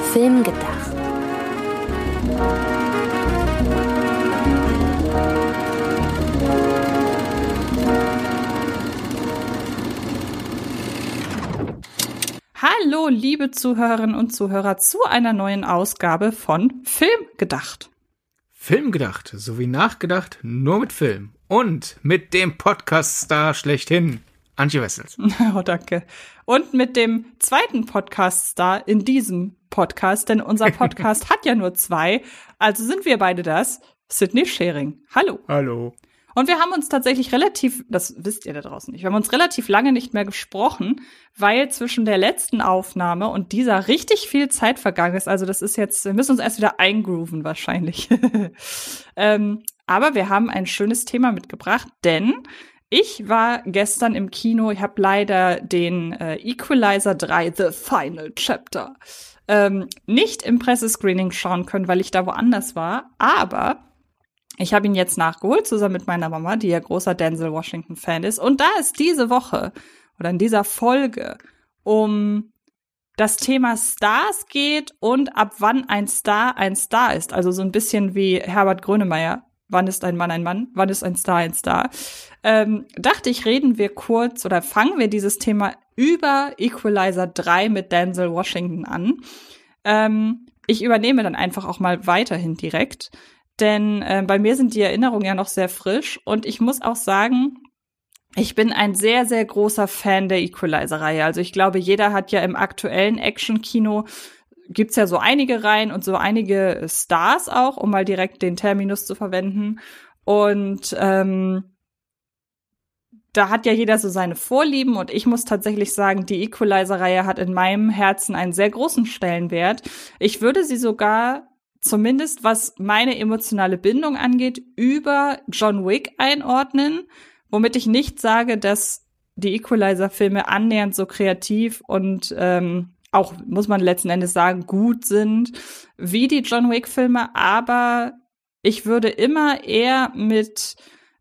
Film gedacht. Hallo, liebe Zuhörerinnen und Zuhörer, zu einer neuen Ausgabe von Film gedacht. Film gedacht, sowie nachgedacht, nur mit Film. Und mit dem Podcast-Star schlechthin, Antje Wessels. Oh, danke. Und mit dem zweiten Podcast-Star in diesem Podcast, denn unser Podcast hat ja nur zwei, also sind wir beide das, Sidney Schering. Hallo. Hallo. Und wir haben uns tatsächlich das wisst ihr da draußen nicht, wir haben uns relativ lange nicht mehr gesprochen, weil zwischen der letzten Aufnahme und dieser richtig viel Zeit vergangen ist. Also das ist jetzt, wir müssen uns erst wieder eingrooven wahrscheinlich. Aber wir haben ein schönes Thema mitgebracht, denn ich war gestern im Kino, ich habe leider den Equalizer 3, The Final Chapter, nicht im Pressescreening schauen können, weil ich da woanders war, aber ich habe ihn jetzt nachgeholt, zusammen mit meiner Mama, die ja großer Denzel Washington-Fan ist. Und da es diese Woche oder in dieser Folge um das Thema Stars geht und ab wann ein Star ist, also so ein bisschen wie Herbert Grönemeyer, wann ist ein Mann ein Mann, wann ist ein Star, dachte ich, reden wir kurz oder fangen wir dieses Thema über Equalizer 3 mit Denzel Washington an. Ich übernehme dann einfach auch mal weiterhin direkt. Denn bei mir sind die Erinnerungen ja noch sehr frisch und ich muss auch sagen, ich bin ein sehr, sehr großer Fan der Equalizer-Reihe. Also ich glaube, jeder hat ja im aktuellen Action-Kino, gibt's ja so einige Reihen und so einige Stars auch, um mal direkt den Terminus zu verwenden. Und da hat ja jeder so seine Vorlieben und ich muss tatsächlich sagen, die Equalizer-Reihe hat in meinem Herzen einen sehr großen Stellenwert. Ich würde sie sogar zumindest was meine emotionale Bindung angeht, über John Wick einordnen, womit ich nicht sage, dass die Equalizer-Filme annähernd so kreativ und auch, muss man letzten Endes sagen, gut sind wie die John Wick-Filme, aber ich würde immer eher mit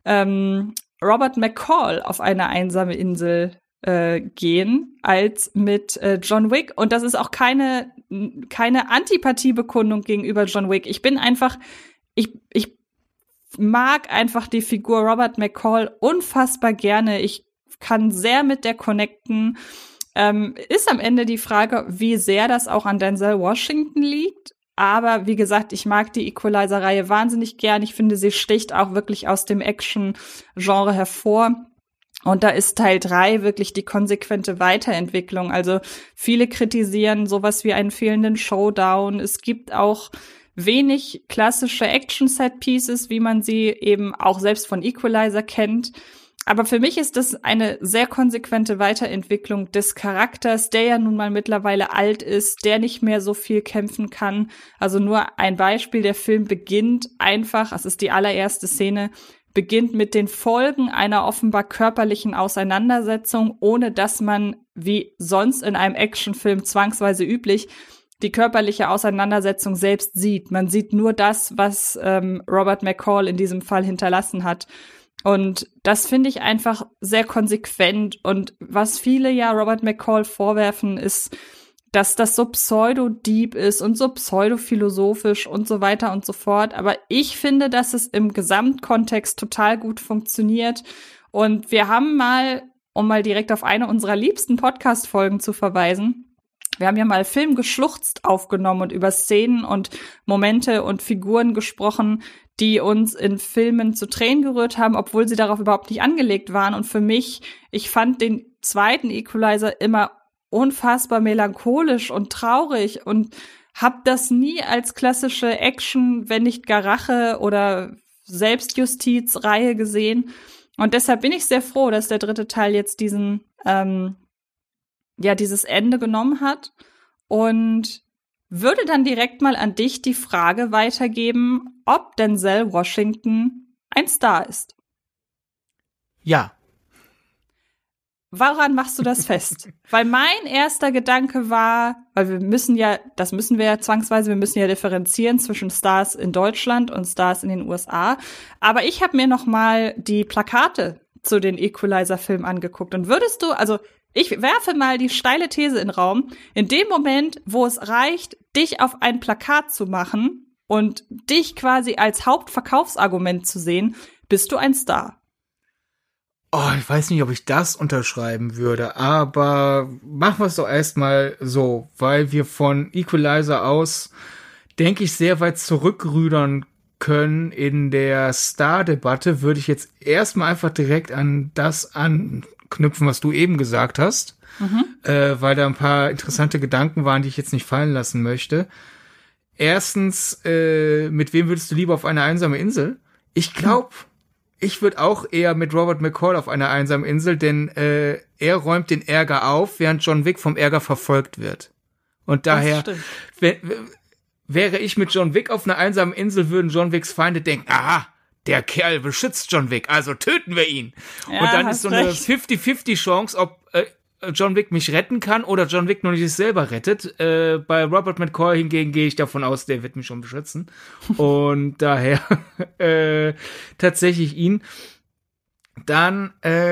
Robert McCall auf eine einsame Insel gehen, als mit John Wick. Und das ist auch keine Antipathiebekundung gegenüber John Wick. Ich mag einfach die Figur Robert McCall unfassbar gerne. Ich kann sehr mit der connecten. Ist am Ende die Frage, wie sehr das auch an Denzel Washington liegt. Aber wie gesagt, ich mag die Equalizer-Reihe wahnsinnig gern. Ich finde, sie sticht auch wirklich aus dem Action-Genre hervor. Und da ist Teil 3 wirklich die konsequente Weiterentwicklung. Also viele kritisieren sowas wie einen fehlenden Showdown. Es gibt auch wenig klassische Action-Set-Pieces, wie man sie eben auch selbst von Equalizer kennt. Aber für mich ist das eine sehr konsequente Weiterentwicklung des Charakters, der ja nun mal mittlerweile alt ist, der nicht mehr so viel kämpfen kann. Also nur ein Beispiel, der Film beginnt einfach, es ist die allererste Szene, beginnt mit den Folgen einer offenbar körperlichen Auseinandersetzung, ohne dass man, wie sonst in einem Actionfilm zwangsweise üblich, die körperliche Auseinandersetzung selbst sieht. Man sieht nur das, was Robert McCall in diesem Fall hinterlassen hat. Und das finde ich einfach sehr konsequent. Und was viele ja Robert McCall vorwerfen, ist, dass das so pseudo-deep ist und so pseudo-philosophisch und so weiter und so fort. Aber ich finde, dass es im Gesamtkontext total gut funktioniert. Und wir haben mal, um mal direkt auf eine unserer liebsten Podcast-Folgen zu verweisen, wir haben ja mal Film geschluchzt aufgenommen und über Szenen und Momente und Figuren gesprochen, die uns in Filmen zu Tränen gerührt haben, obwohl sie darauf überhaupt nicht angelegt waren. Und für mich, ich fand den zweiten Equalizer immer unfassbar melancholisch und traurig und hab das nie als klassische Action, wenn nicht gar Rache oder Selbstjustiz-Reihe gesehen. Und deshalb bin ich sehr froh, dass der dritte Teil jetzt dieses Ende genommen hat und würde dann direkt mal an dich die Frage weitergeben, ob Denzel Washington ein Star ist. Ja. Woran machst du das fest? Weil mein erster Gedanke war, weil wir müssen ja zwangsweise, wir müssen ja differenzieren zwischen Stars in Deutschland und Stars in den USA. Aber ich habe mir noch mal die Plakate zu den Equalizer-Filmen angeguckt. Und würdest du, also Ich werfe mal die steile These in den Raum. In dem Moment, wo es reicht, dich auf ein Plakat zu machen und dich quasi als Hauptverkaufsargument zu sehen, bist du ein Star. Oh, ich weiß nicht, ob ich das unterschreiben würde, aber machen wir es doch erstmal so, weil wir von Equalizer aus, denke ich, sehr weit zurückrudern können in der Star-Debatte, würde ich jetzt erstmal einfach direkt an das anknüpfen, was du eben gesagt hast, weil da ein paar interessante Gedanken waren, die ich jetzt nicht fallen lassen möchte. Erstens, mit wem würdest du lieber auf eine einsame Insel? Ich glaube, ich würde auch eher mit Robert McCall auf einer einsamen Insel, denn er räumt den Ärger auf, während John Wick vom Ärger verfolgt wird. Und daher wäre ich mit John Wick auf einer einsamen Insel, würden John Wicks Feinde denken, aha, der Kerl beschützt John Wick, also töten wir ihn. Ja, und dann ist so eine recht. 50-50 Chance, ob John Wick mich retten kann oder John Wick nur nicht sich selber rettet. Bei Robert McCall hingegen gehe ich davon aus, der wird mich schon beschützen. Und daher tatsächlich ihn. Dann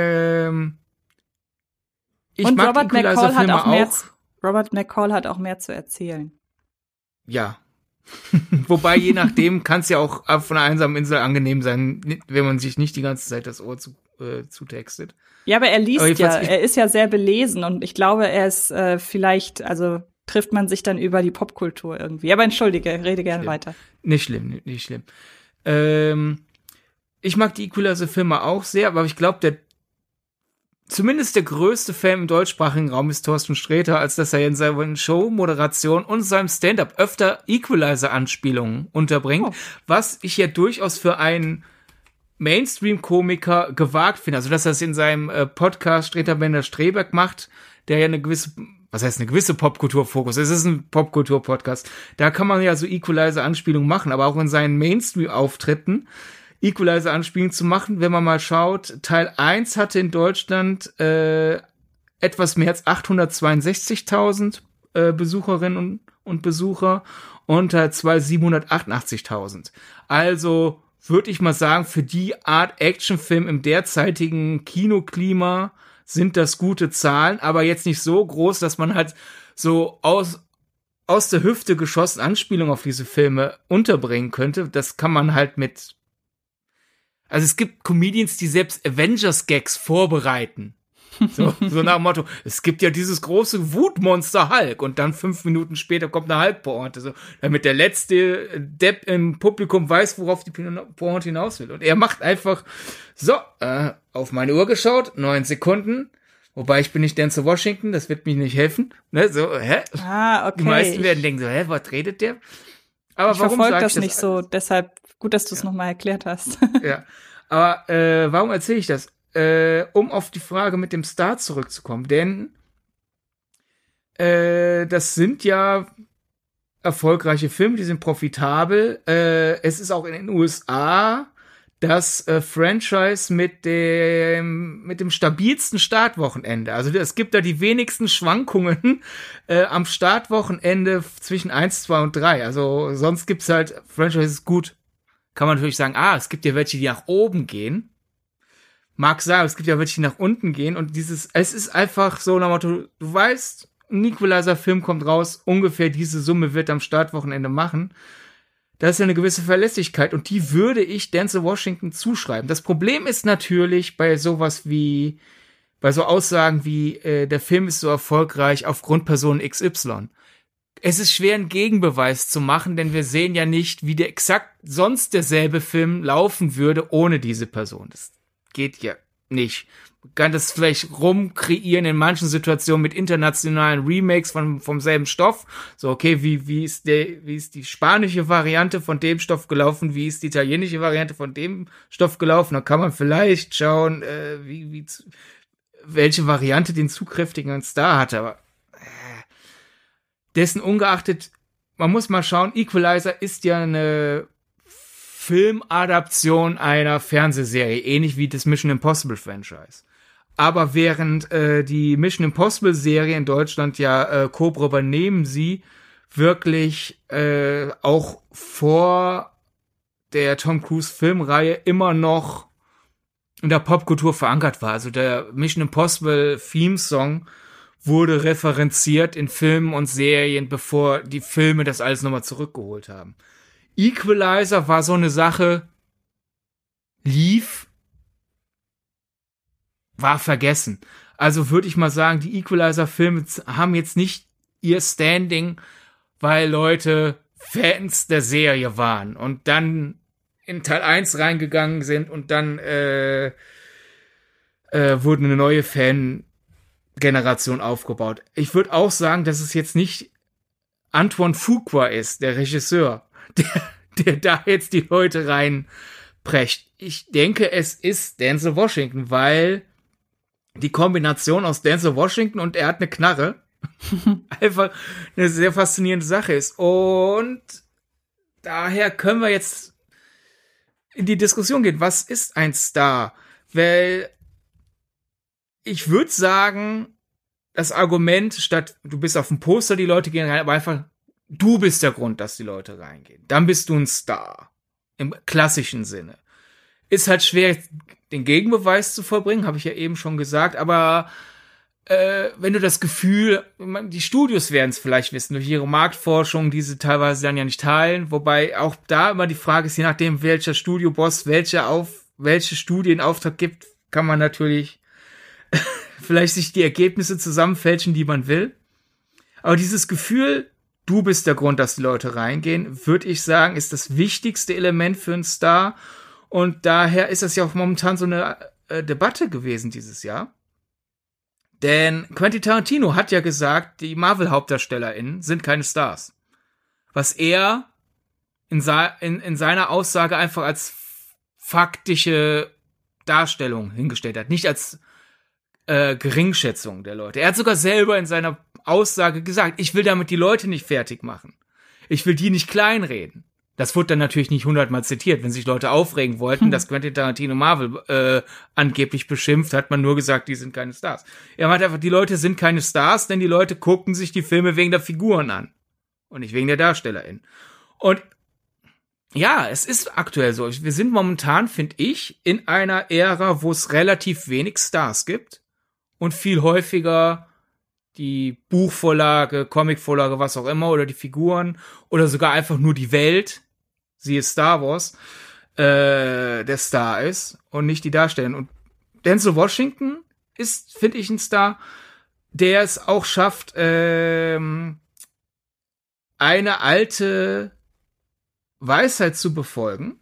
ich und mag Robert McCall hat Filme auch Robert McCall hat auch mehr zu erzählen. Ja. Wobei, je nachdem, kann es ja auch auf einer einsamen Insel angenehm sein, wenn man sich nicht die ganze Zeit das Ohr zutextet. Ja, aber er liest er ist ja sehr belesen und ich glaube, er ist vielleicht, also trifft man sich dann über die Popkultur irgendwie. Aber entschuldige, rede gerne weiter. Nicht schlimm. Ich mag die Equalizer-Filme auch sehr, aber ich glaube, zumindest der größte Fan im deutschsprachigen Raum ist Thorsten Sträter, als dass er in seiner Show-Moderation und seinem Stand-up öfter Equalizer-Anspielungen unterbringt, was ich ja durchaus für einen Mainstream-Komiker gewagt finde. Also, dass er es in seinem Podcast Sträter Bender Streberg macht, der ja eine gewisse Popkultur-Fokus. Es ist ein Popkultur-Podcast. Da kann man ja so Equalizer-Anspielungen machen, aber auch in seinen Mainstream-Auftritten Equalizer-Anspielungen zu machen. Wenn man mal schaut, Teil 1 hatte in Deutschland etwas mehr als 862.000 Besucherinnen und Besucher und Teil 2 788.000. Also würde ich mal sagen, für die Art Actionfilm im derzeitigen Kinoklima sind das gute Zahlen, aber jetzt nicht so groß, dass man halt so aus der Hüfte geschossen Anspielungen auf diese Filme unterbringen könnte. Das kann man halt also es gibt Comedians, die selbst Avengers-Gags vorbereiten. So nach dem Motto, es gibt ja dieses große Wutmonster Hulk und dann 5 Minuten später kommt eine Hulk-Pointe, so, damit der letzte Depp im Publikum weiß, worauf die Pointe hinaus will. Und er macht einfach auf meine Uhr geschaut, 9 Sekunden, wobei ich bin nicht Denzel Washington, das wird mir nicht helfen. Ne? So, okay. Die meisten werden denken so, was redet der? Aber ich warum verfolge das nicht so, deshalb gut, dass du es nochmal erklärt hast. Ja, aber warum erzähle ich das? Um auf die Frage mit dem Star zurückzukommen, denn das sind ja erfolgreiche Filme, die sind profitabel. Es ist auch in den USA das Franchise mit dem stabilsten Startwochenende. Also es gibt da die wenigsten Schwankungen am Startwochenende zwischen 1, 2 und 3. Also sonst gibt's halt Franchises gut. Kann man natürlich sagen, es gibt ja welche, die nach oben gehen. Mag sein, es gibt ja welche, die nach unten gehen. Und es ist einfach so nach dem Motto, du weißt, ein Equalizer-Film kommt raus, ungefähr diese Summe wird am Startwochenende machen. Da ist ja eine gewisse Verlässlichkeit und die würde ich Denzel Washington zuschreiben. Das Problem ist natürlich bei so Aussagen wie, der Film ist so erfolgreich aufgrund Person XY. Es ist schwer, einen Gegenbeweis zu machen, denn wir sehen ja nicht, wie der exakt sonst derselbe Film laufen würde ohne diese Person. Das geht ja nicht. Man kann das vielleicht rumkreieren in manchen Situationen mit internationalen Remakes vom selben Stoff. So, okay, wie ist die spanische Variante von dem Stoff gelaufen? Wie ist die italienische Variante von dem Stoff gelaufen? Da kann man vielleicht schauen, welche Variante den zugkräftigen Star hatte. Aber dessen ungeachtet, man muss mal schauen, Equalizer ist ja eine Filmadaption einer Fernsehserie, ähnlich wie das Mission Impossible Franchise. Aber während die Mission Impossible Serie in Deutschland ja Cobra übernehmen sie wirklich auch vor der Tom Cruise Filmreihe immer noch in der Popkultur verankert war. Also der Mission Impossible Theme Song wurde referenziert in Filmen und Serien, bevor die Filme das alles nochmal zurückgeholt haben. Equalizer war so eine Sache, lief, war vergessen. Also würde ich mal sagen, die Equalizer-Filme haben jetzt nicht ihr Standing, weil Leute Fans der Serie waren und dann in Teil 1 reingegangen sind und dann wurde eine neue Fan-Generation aufgebaut. Ich würde auch sagen, dass es jetzt nicht Antoine Fuqua ist, der Regisseur, der da jetzt die Leute reinprescht. Ich denke, es ist Denzel Washington, weil die Kombination aus Denzel Washington und er hat eine Knarre einfach eine sehr faszinierende Sache ist. Und daher können wir jetzt in die Diskussion gehen. Was ist ein Star? Weil ich würde sagen, das Argument statt du bist auf dem Poster, die Leute gehen rein, aber einfach du bist der Grund, dass die Leute reingehen. Dann bist du ein Star. Im klassischen Sinne. Ist halt schwer, den Gegenbeweis zu vollbringen, habe ich ja eben schon gesagt, aber wenn du das Gefühl, die Studios werden es vielleicht wissen, durch ihre Marktforschung, die sie teilweise dann ja nicht teilen, wobei auch da immer die Frage ist, je nachdem, welcher Studioboss welche Studie in Auftrag gibt, kann man natürlich vielleicht sich die Ergebnisse zusammenfälschen, die man will. Aber dieses Gefühl, du bist der Grund, dass die Leute reingehen, würde ich sagen, ist das wichtigste Element für einen Star. Und daher ist das ja auch momentan so eine Debatte gewesen dieses Jahr. Denn Quentin Tarantino hat ja gesagt, die Marvel-HauptdarstellerInnen sind keine Stars. Was er in seiner Aussage einfach als faktische Darstellung hingestellt hat. Nicht als Geringschätzung der Leute. Er hat sogar selber in seiner Aussage gesagt, ich will damit die Leute nicht fertig machen. Ich will die nicht kleinreden. Das wurde dann natürlich nicht 100-mal zitiert. Wenn sich Leute aufregen wollten, dass Quentin Tarantino Marvel angeblich beschimpft, hat man nur gesagt, die sind keine Stars. Er meint einfach, die Leute sind keine Stars, denn die Leute gucken sich die Filme wegen der Figuren an. Und nicht wegen der DarstellerInnen. Und ja, es ist aktuell so. Wir sind momentan, finde ich, in einer Ära, wo es relativ wenig Stars gibt. Und viel häufiger die Buchvorlage, Comicvorlage, was auch immer, oder die Figuren, oder sogar einfach nur die Welt, siehe Star Wars, der Star ist und nicht die Darsteller. Und Denzel Washington ist, finde ich, ein Star, der es auch schafft, eine alte Weisheit zu befolgen,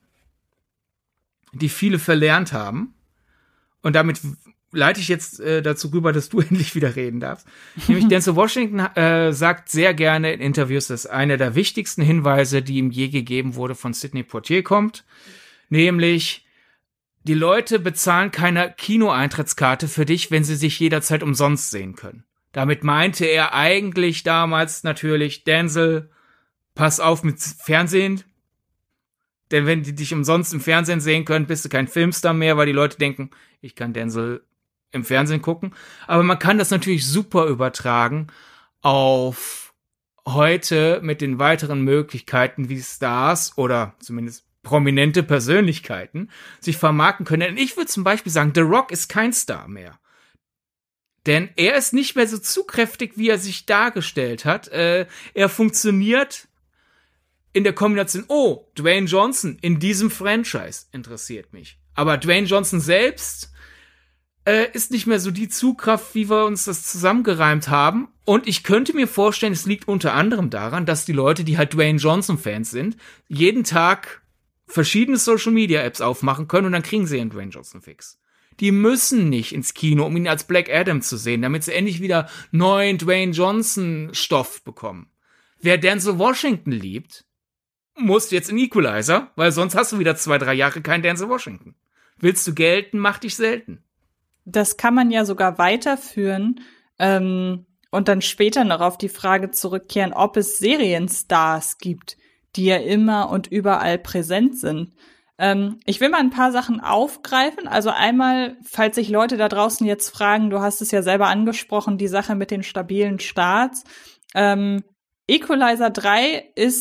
die viele verlernt haben. Und damit leite ich jetzt dazu rüber, dass du endlich wieder reden darfst. Nämlich Denzel Washington sagt sehr gerne in Interviews, dass einer der wichtigsten Hinweise, die ihm je gegeben wurde, von Sidney Poitier kommt. Nämlich, die Leute bezahlen keine Kinoeintrittskarte für dich, wenn sie sich jederzeit umsonst sehen können. Damit meinte er eigentlich damals natürlich, Denzel, pass auf mit Fernsehen. Denn wenn die dich umsonst im Fernsehen sehen können, bist du kein Filmstar mehr, weil die Leute denken, ich kann Denzel im Fernsehen gucken. Aber man kann das natürlich super übertragen auf heute mit den weiteren Möglichkeiten, wie Stars oder zumindest prominente Persönlichkeiten sich vermarkten können. Denn ich würde zum Beispiel sagen, The Rock ist kein Star mehr. Denn er ist nicht mehr so zugkräftig, wie er sich dargestellt hat. Er funktioniert in der Kombination, oh, Dwayne Johnson in diesem Franchise interessiert mich. Aber Dwayne Johnson selbst ist nicht mehr so die Zugkraft, wie wir uns das zusammengereimt haben. Und ich könnte mir vorstellen, es liegt unter anderem daran, dass die Leute, die halt Dwayne Johnson-Fans sind, jeden Tag verschiedene Social-Media-Apps aufmachen können und dann kriegen sie einen Dwayne Johnson-Fix. Die müssen nicht ins Kino, um ihn als Black Adam zu sehen, damit sie endlich wieder neuen Dwayne Johnson-Stoff bekommen. Wer Denzel Washington liebt, muss jetzt in Equalizer, weil sonst hast du wieder 2-3 Jahre kein Denzel Washington. Willst du gelten, mach dich selten. Das kann man ja sogar weiterführen und dann später noch auf die Frage zurückkehren, ob es Serienstars gibt, die ja immer und überall präsent sind. Ich will mal ein paar Sachen aufgreifen. Also einmal, falls sich Leute da draußen jetzt fragen, du hast es ja selber angesprochen, die Sache mit den stabilen Starts. Equalizer 3 ist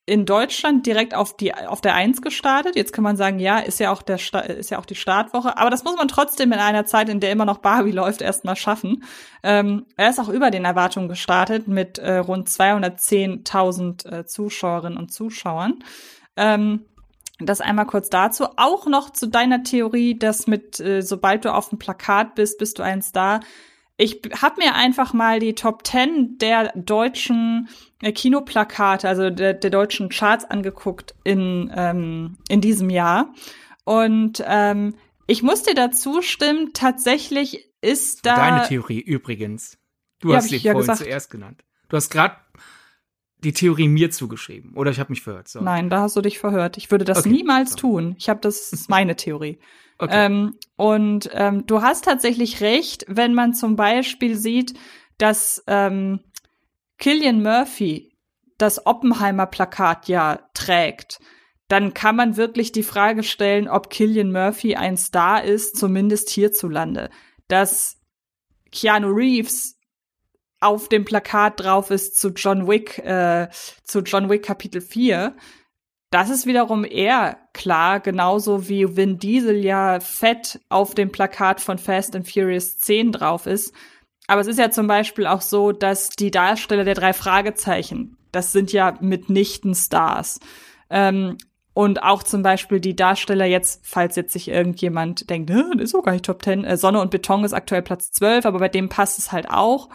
in Deutschland direkt auf der 1 gestartet. Jetzt kann man sagen, ja, ist ja auch die Startwoche. Aber das muss man trotzdem in einer Zeit, in der immer noch Barbie läuft, erstmal schaffen. Er ist auch über den Erwartungen gestartet mit rund 210.000 Zuschauerinnen und Zuschauern. Das einmal kurz dazu. Auch noch zu deiner Theorie, dass sobald du auf dem Plakat bist du ein Star. Ich habe mir einfach mal die Top 10 der deutschen Kinoplakate, also der deutschen Charts angeguckt in diesem Jahr. Und ich muss dir dazu stimmen, tatsächlich ist da... Deine Theorie übrigens. Du hast sie vorhin zuerst genannt. Du hast gerade die Theorie mir zugeschrieben. Oder ich habe mich verhört. So. Nein, da hast du dich verhört. Ich würde das niemals tun. Das ist meine Theorie. Okay. Du hast tatsächlich recht, wenn man zum Beispiel sieht, dass Cillian Murphy das Oppenheimer-Plakat ja trägt, dann kann man wirklich die Frage stellen, ob Cillian Murphy ein Star ist, zumindest hierzulande. Dass Keanu Reeves auf dem Plakat drauf ist zu John Wick Kapitel 4, das ist wiederum eher klar, genauso wie Vin Diesel ja fett auf dem Plakat von Fast and Furious 10 drauf ist. Aber es ist ja zum Beispiel auch so, dass die Darsteller der 3 Fragezeichen, das sind ja mitnichten Stars. Und auch zum Beispiel die Darsteller jetzt, falls jetzt sich irgendjemand denkt, das ist auch gar nicht Top 10, Sonne und Beton ist aktuell Platz 12, aber bei dem passt es halt auch.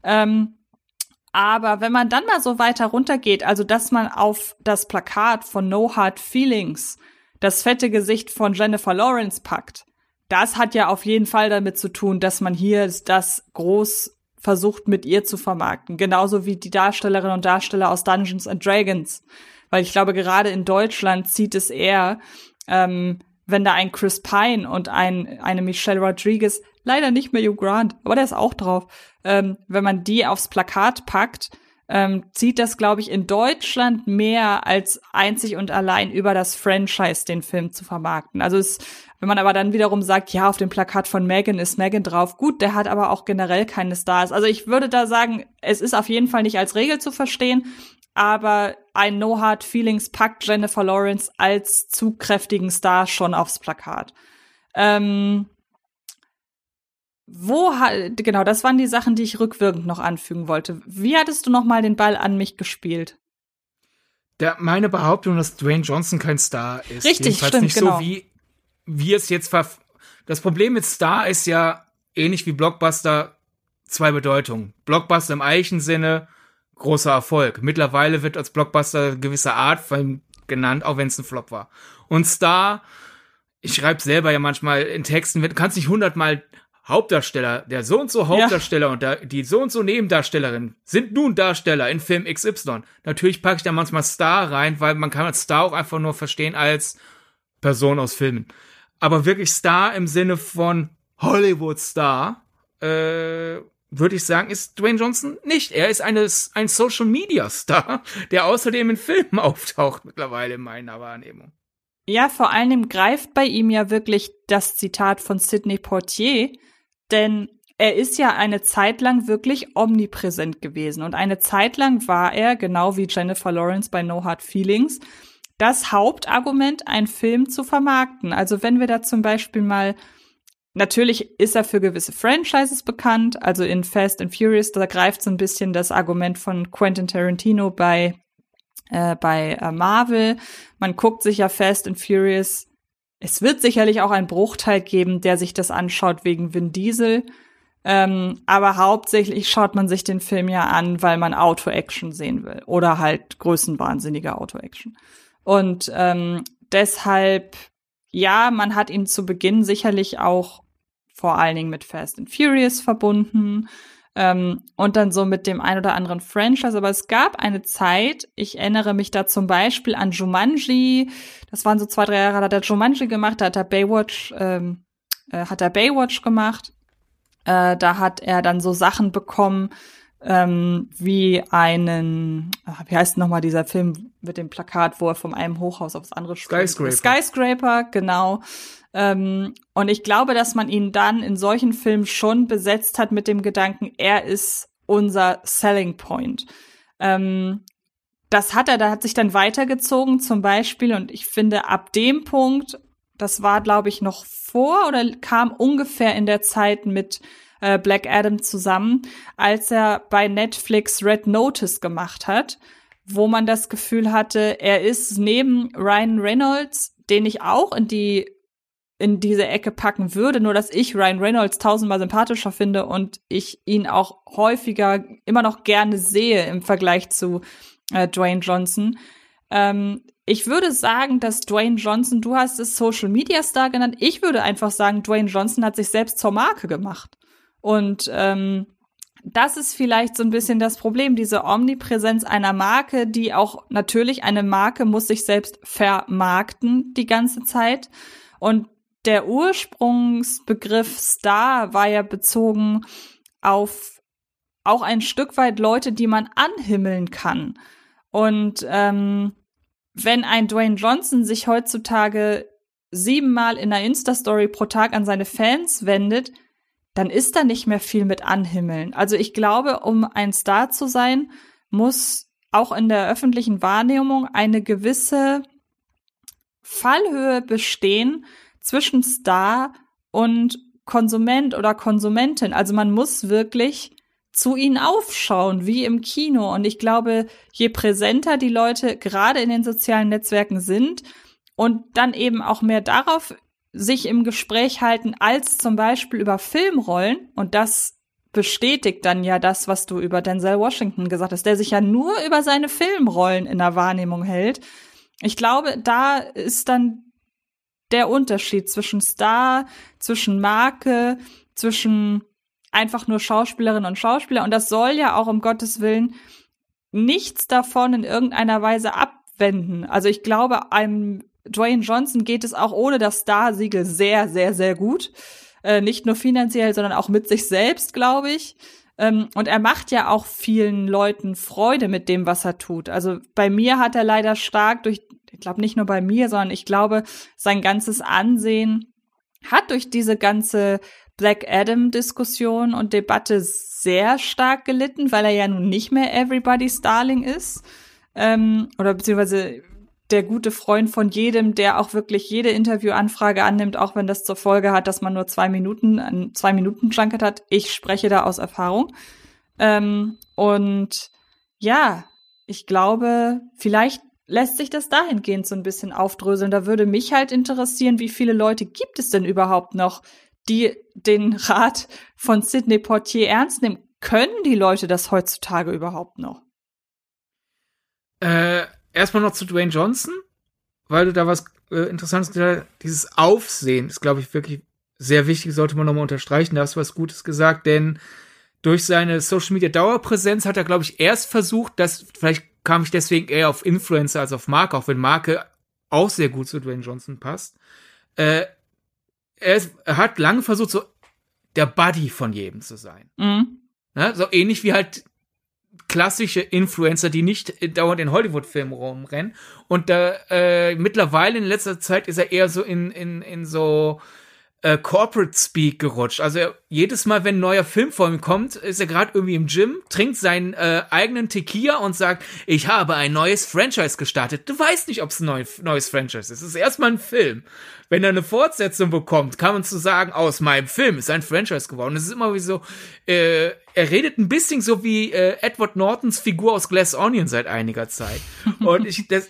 Aber wenn man dann mal so weiter runtergeht, also dass man auf das Plakat von No Hard Feelings das fette Gesicht von Jennifer Lawrence packt, das hat ja auf jeden Fall damit zu tun, dass man hier das groß versucht, mit ihr zu vermarkten. Genauso wie die Darstellerinnen und Darsteller aus Dungeons and Dragons. Weil ich glaube, gerade in Deutschland zieht es eher, wenn da ein Chris Pine und eine Michelle Rodriguez, leider nicht mehr Hugh Grant, aber der ist auch drauf, wenn man die aufs Plakat packt, zieht das, glaube ich, in Deutschland mehr als einzig und allein über das Franchise den Film zu vermarkten. Also wenn man aber dann wiederum sagt, ja, auf dem Plakat von Megan ist Megan drauf, gut, der hat aber auch generell keine Stars. Also ich würde da sagen, es ist auf jeden Fall nicht als Regel zu verstehen, aber ein No Hard Feelings packt Jennifer Lawrence als zugkräftigen Star schon aufs Plakat. Genau, das waren die Sachen, die ich rückwirkend noch anfügen wollte. Wie hattest du noch mal den Ball an mich gespielt? Meine Behauptung, dass Dwayne Johnson kein Star ist. Richtig, jedenfalls stimmt, nicht genau. So, wie es jetzt Das Problem mit Star ist ja ähnlich wie Blockbuster 2 Bedeutungen. Blockbuster im eigentlichen Sinne, großer Erfolg. Mittlerweile wird als Blockbuster gewisser Art genannt, auch wenn es ein Flop war. Und Star, ich schreibe selber ja manchmal in Texten, du kannst nicht 100-mal Hauptdarsteller, der so und so Hauptdarsteller und die so und so Nebendarstellerin sind nun Darsteller in Film XY. Natürlich packe ich da manchmal Star rein, weil man kann als Star auch einfach nur verstehen als Person aus Filmen. Aber wirklich Star im Sinne von Hollywood-Star, würde ich sagen, ist Dwayne Johnson nicht. Er ist ein Social-Media-Star, der außerdem in Filmen auftaucht mittlerweile in meiner Wahrnehmung. Ja, vor allem greift bei ihm ja wirklich das Zitat von Sidney Poitier, denn er ist ja eine Zeit lang wirklich omnipräsent gewesen. Und eine Zeit lang war er, genau wie Jennifer Lawrence bei No Hard Feelings, das Hauptargument, einen Film zu vermarkten. Also wenn wir da zum Beispiel mal, natürlich ist er für gewisse Franchises bekannt, also in Fast and Furious, da greift so ein bisschen das Argument von Quentin Tarantino bei Marvel. Man guckt sich ja Fast and Furious. Es wird sicherlich auch einen Bruchteil geben, der sich das anschaut wegen Vin Diesel. Aber hauptsächlich schaut man sich den Film ja an, weil man Auto-Action sehen will. Oder halt größenwahnsinnige Auto-Action. Und deshalb, ja, man hat ihn zu Beginn sicherlich auch vor allen Dingen mit Fast and Furious verbunden. Und dann so mit dem ein oder anderen Franchise. Aber es gab eine Zeit, ich erinnere mich da zum Beispiel an Jumanji, das waren so 2-3 Jahre, da hat er Jumanji gemacht, da hat er Baywatch gemacht. Da hat er dann so Sachen bekommen, wie wie heißt nochmal dieser Film mit dem Plakat, wo er von einem Hochhaus aufs andere springt? Skyscraper, genau. Und ich glaube, dass man ihn dann in solchen Filmen schon besetzt hat mit dem Gedanken, er ist unser Selling Point. da hat sich dann weitergezogen zum Beispiel, und ich finde, ab dem Punkt, das war, glaube ich, noch vor oder kam ungefähr in der Zeit mit Black Adam zusammen, als er bei Netflix Red Notice gemacht hat, wo man das Gefühl hatte, er ist neben Ryan Reynolds, den ich auch in diese Ecke packen würde, nur dass ich Ryan Reynolds 1000-mal sympathischer finde und ich ihn auch häufiger immer noch gerne sehe im Vergleich zu Dwayne Johnson. Ich würde sagen, dass Dwayne Johnson, du hast es Social Media Star genannt, ich würde einfach sagen, Dwayne Johnson hat sich selbst zur Marke gemacht. Und das ist vielleicht so ein bisschen das Problem, diese Omnipräsenz einer Marke, die auch natürlich, eine Marke muss sich selbst vermarkten die ganze Zeit. Und der Ursprungsbegriff Star war ja bezogen auf auch ein Stück weit Leute, die man anhimmeln kann. Und wenn ein Dwayne Johnson sich heutzutage 7-mal in einer Insta-Story pro Tag an seine Fans wendet, dann ist da nicht mehr viel mit anhimmeln. Also ich glaube, um ein Star zu sein, muss auch in der öffentlichen Wahrnehmung eine gewisse Fallhöhe bestehen zwischen Star und Konsument oder Konsumentin. Also man muss wirklich zu ihnen aufschauen, wie im Kino. Und ich glaube, je präsenter die Leute gerade in den sozialen Netzwerken sind und dann eben auch mehr darauf sich im Gespräch halten, als zum Beispiel über Filmrollen, und das bestätigt dann ja das, was du über Denzel Washington gesagt hast, der sich ja nur über seine Filmrollen in der Wahrnehmung hält. Ich glaube, da ist dann der Unterschied zwischen Star, zwischen Marke, zwischen einfach nur Schauspielerinnen und Schauspieler, und das soll ja auch um Gottes Willen nichts davon in irgendeiner Weise abwenden. Also ich glaube, einem Dwayne Johnson geht es auch ohne das Star-Siegel sehr, sehr, sehr gut. Nicht nur finanziell, sondern auch mit sich selbst, glaube ich. Und er macht ja auch vielen Leuten Freude mit dem, was er tut. Also bei mir hat er leider stark ich glaube nicht nur bei mir, sondern ich glaube, sein ganzes Ansehen hat durch diese ganze Black Adam-Diskussion und Debatte sehr stark gelitten, weil er ja nun nicht mehr Everybody's Darling ist. Oder beziehungsweise der gute Freund von jedem, der auch wirklich jede Interviewanfrage annimmt, auch wenn das zur Folge hat, dass man nur 2 Minuten Junket hat. Ich spreche da aus Erfahrung. Und ja, ich glaube, vielleicht lässt sich das dahingehend so ein bisschen aufdröseln. Da würde mich halt interessieren, wie viele Leute gibt es denn überhaupt noch, die den Rat von Sidney Poitier ernst nehmen? Können die Leute das heutzutage überhaupt noch? Erstmal noch zu Dwayne Johnson, weil du da was Interessantes gesagt hast. Dieses Aufsehen ist, glaube ich, wirklich sehr wichtig, sollte man nochmal unterstreichen. Da hast du was Gutes gesagt, denn durch seine Social-Media-Dauerpräsenz hat er, glaube ich, erst versucht, vielleicht kam ich deswegen eher auf Influencer als auf Marke, auch wenn Marke auch sehr gut zu Dwayne Johnson passt. Er hat lange versucht, so der Buddy von jedem zu sein. Mhm. Ne? So ähnlich wie halt klassische Influencer, die nicht dauernd in Hollywood-Filmen rumrennen. Und mittlerweile in letzter Zeit ist er eher so in so Corporate Speak gerutscht. Also jedes Mal, wenn ein neuer Film vor ihm kommt, ist er gerade irgendwie im Gym, trinkt seinen eigenen Tequila und sagt, ich habe ein neues Franchise gestartet. Du weißt nicht, ob es ein neues Franchise ist. Es ist erstmal ein Film. Wenn er eine Fortsetzung bekommt, kann man zu sagen, aus meinem Film ist ein Franchise geworden. Es ist immer wie so, er redet ein bisschen so wie Edward Nortons Figur aus Glass Onion seit einiger Zeit. Und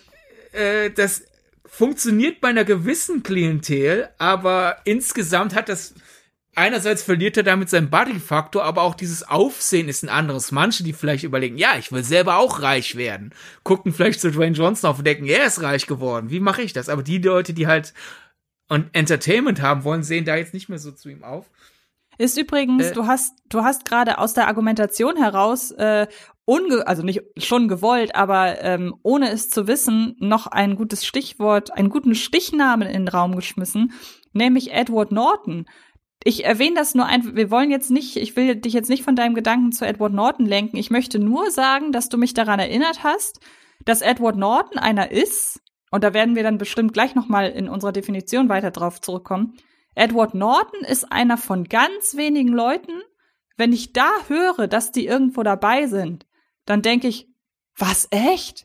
das funktioniert bei einer gewissen Klientel, aber insgesamt hat das, einerseits verliert er damit seinen Buddy-Faktor, aber auch dieses Aufsehen ist ein anderes. Manche, die vielleicht überlegen, ja, ich will selber auch reich werden, gucken vielleicht zu Dwayne Johnson auf und denken, er ist reich geworden, wie mache ich das? Aber die Leute, die halt und Entertainment haben wollen, sehen da jetzt nicht mehr so zu ihm auf. Ist übrigens, du hast gerade aus der Argumentation heraus, also nicht schon gewollt, aber ohne es zu wissen, noch ein gutes Stichwort, einen guten Stichnamen in den Raum geschmissen, nämlich Edward Norton. Ich erwähne das nur einfach, ich will dich jetzt nicht von deinem Gedanken zu Edward Norton lenken. Ich möchte nur sagen, dass du mich daran erinnert hast, dass Edward Norton einer ist, und da werden wir dann bestimmt gleich nochmal in unserer Definition weiter drauf zurückkommen. Edward Norton ist einer von ganz wenigen Leuten, wenn ich da höre, dass die irgendwo dabei sind, dann denke ich, was, echt?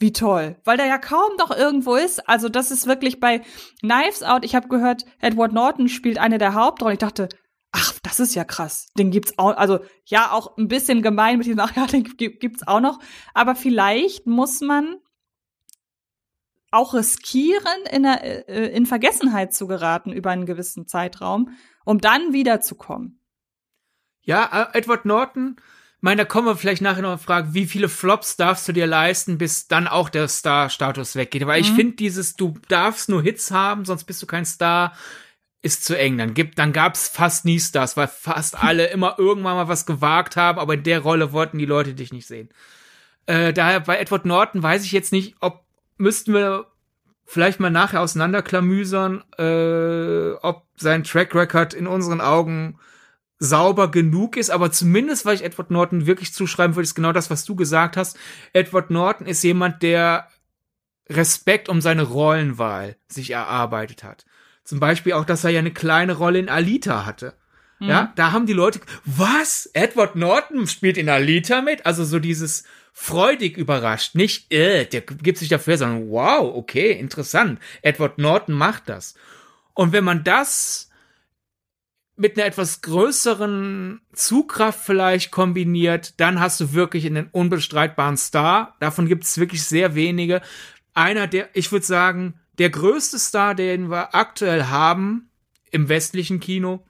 wie toll, weil der ja kaum noch irgendwo ist. Also das ist wirklich bei Knives Out, ich habe gehört, Edward Norton spielt eine der Hauptrollen. Ich dachte, ach, das ist ja krass. Den gibt's auch, also ja, auch ein bisschen gemein mit diesem, ach ja, den gibt's auch noch. Aber vielleicht muss man auch riskieren, in Vergessenheit zu geraten über einen gewissen Zeitraum, um dann wiederzukommen. Ja, Edward Norton, da kommen wir vielleicht nachher noch und fragen, wie viele Flops darfst du dir leisten, bis dann auch der Star-Status weggeht. Weil ich finde du darfst nur Hits haben, sonst bist du kein Star, ist zu eng. Dann gab's fast nie Stars, weil fast alle immer irgendwann mal was gewagt haben, aber in der Rolle wollten die Leute dich nicht sehen. Daher bei Edward Norton weiß ich jetzt nicht, müssten wir vielleicht mal nachher auseinanderklamüsern, ob sein Track Record in unseren Augen sauber genug ist, aber zumindest, weil ich Edward Norton wirklich zuschreiben würde, ist genau das, was du gesagt hast. Edward Norton ist jemand, der Respekt um seine Rollenwahl sich erarbeitet hat. Zum Beispiel auch, dass er ja eine kleine Rolle in Alita hatte. Ja, da haben die Leute, was? Edward Norton spielt in Alita mit? Also so dieses freudig überrascht, nicht, der gibt sich dafür, sondern wow, okay, interessant. Edward Norton macht das. Und wenn man das mit einer etwas größeren Zugkraft vielleicht kombiniert, dann hast du wirklich einen unbestreitbaren Star. Davon gibt es wirklich sehr wenige. Ich würde sagen, der größte Star, den wir aktuell haben im westlichen Kino,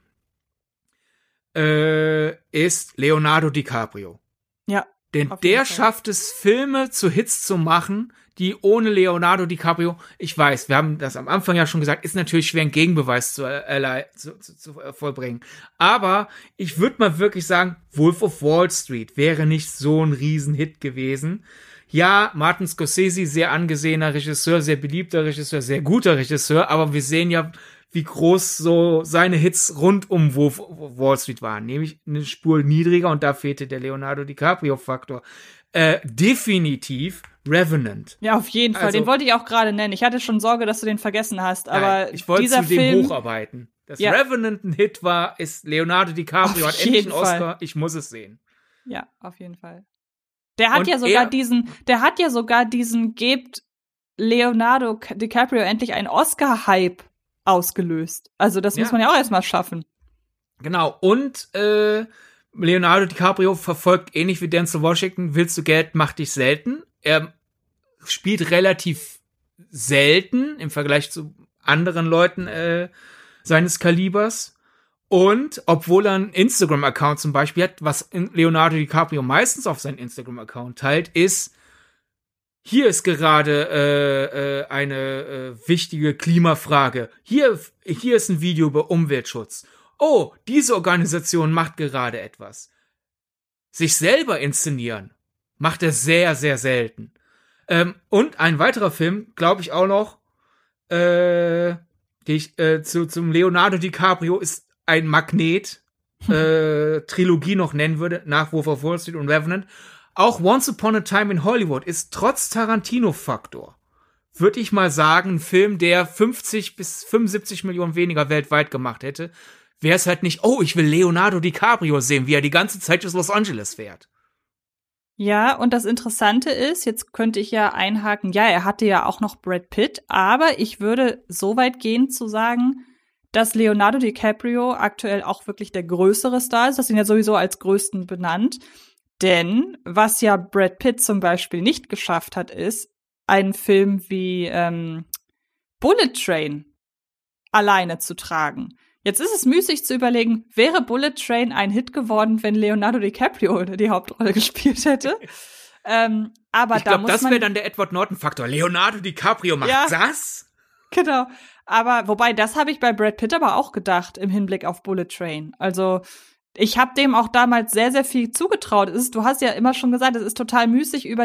ist Leonardo DiCaprio. Ja. Denn der schafft es, Filme zu Hits zu machen, die ohne Leonardo DiCaprio, ich weiß, wir haben das am Anfang ja schon gesagt, ist natürlich schwer, einen Gegenbeweis zu vollbringen. Aber ich würde mal wirklich sagen, Wolf of Wall Street wäre nicht so ein Riesenhit gewesen. Ja, Martin Scorsese, sehr angesehener Regisseur, sehr beliebter Regisseur, sehr guter Regisseur, aber wir sehen ja, wie groß so seine Hits rund um Wolf of Wall Street waren. Nämlich eine Spur niedriger und da fehlte der Leonardo DiCaprio-Faktor. Definitiv Revenant. Ja, auf jeden Fall. Den wollte ich auch gerade nennen. Ich hatte schon Sorge, dass du den vergessen hast, aber nein, ich wollte dieser zu dem Film hocharbeiten. Dass Revenant ein Hit war, ist Leonardo DiCaprio, hat endlich einen Oscar. Ich muss es sehen. Ja, auf jeden Fall. Der hat ja sogar diesen gebt Leonardo DiCaprio endlich einen Oscar-Hype ausgelöst. Also das muss man ja auch erstmal schaffen. Genau. Und Leonardo DiCaprio verfolgt ähnlich wie Denzel Washington, willst du Geld, mach dich selten. Er spielt relativ selten im Vergleich zu anderen Leuten seines Kalibers. Und obwohl er einen Instagram-Account zum Beispiel hat, was Leonardo DiCaprio meistens auf seinen Instagram-Account teilt, ist, hier ist gerade eine wichtige Klimafrage. Hier ist ein Video über Umweltschutz. Oh, diese Organisation macht gerade etwas. Sich selber inszenieren macht er sehr, sehr selten. Und ein weiterer Film, glaube ich auch noch, den ich zum Leonardo DiCaprio ist ein Magnet, Trilogie noch nennen würde, nach Wolf of Wall Street und Revenant. Auch Once Upon a Time in Hollywood ist trotz Tarantino-Faktor, würde ich mal sagen, ein Film, der 50 bis 75 Millionen weniger weltweit gemacht hätte, wäre es halt nicht, oh, ich will Leonardo DiCaprio sehen, wie er die ganze Zeit durch Los Angeles fährt. Ja, und das Interessante ist, jetzt könnte ich ja einhaken, ja, er hatte ja auch noch Brad Pitt, aber ich würde so weit gehen zu sagen, dass Leonardo DiCaprio aktuell auch wirklich der größere Star ist. Das sind ja sowieso als größten benannt. Denn was ja Brad Pitt zum Beispiel nicht geschafft hat, ist, einen Film wie Bullet Train alleine zu tragen. Jetzt ist es müßig zu überlegen, wäre Bullet Train ein Hit geworden, wenn Leonardo DiCaprio die Hauptrolle gespielt hätte? Aber ich glaube, das wäre dann der Edward Norton-Faktor. Leonardo DiCaprio macht das? Genau. Aber wobei, das habe ich bei Brad Pitt aber auch gedacht im Hinblick auf Bullet Train. Also ich habe dem auch damals sehr, sehr viel zugetraut. Du hast ja immer schon gesagt, es ist total müßig, über